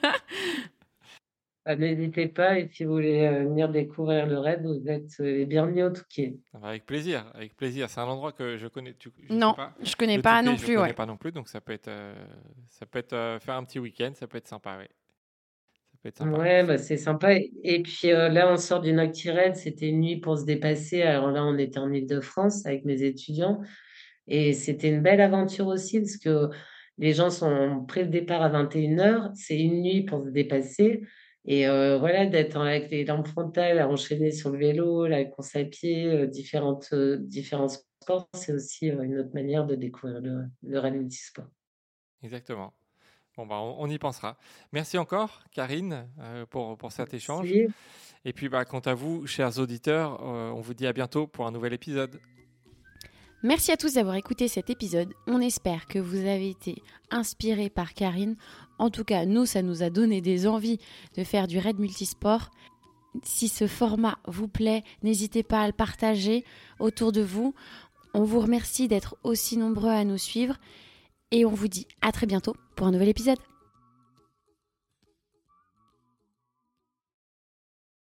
Speaker 5: N'hésitez pas, et si vous voulez venir découvrir le raid, vous êtes les bienvenus au Touquet.
Speaker 1: Avec plaisir, avec plaisir. C'est un endroit que je connais.
Speaker 2: Non, je connais pas non plus.
Speaker 1: Je connais pas non plus, donc ça peut être faire un petit week-end, ça peut être sympa, oui.
Speaker 5: Ouais, bah, c'est sympa. Et puis là, on sort d'une ActiRaid, c'était une nuit pour se dépasser. Alors là, on était en Île-de-France avec mes étudiants. Et c'était une belle aventure aussi parce que les gens sont pris le départ à 21h. C'est une nuit pour se dépasser. Et voilà, d'être avec les lampes frontales, à enchaîner sur le vélo, la course à pied, différents sports, c'est aussi une autre manière de découvrir le raid multisport.
Speaker 1: Exactement. Bon, bah, on y pensera. Merci encore, Karine, pour cet échange.
Speaker 5: Merci.
Speaker 1: Et puis, quant à vous, chers auditeurs, on vous dit à bientôt pour un nouvel épisode.
Speaker 2: Merci à tous d'avoir écouté cet épisode. On espère que vous avez été inspirés par Karine. En tout cas, nous, ça nous a donné des envies de faire du raid multisport. Si ce format vous plaît, n'hésitez pas à le partager autour de vous. On vous remercie d'être aussi nombreux à nous suivre et on vous dit à très bientôt pour un nouvel épisode.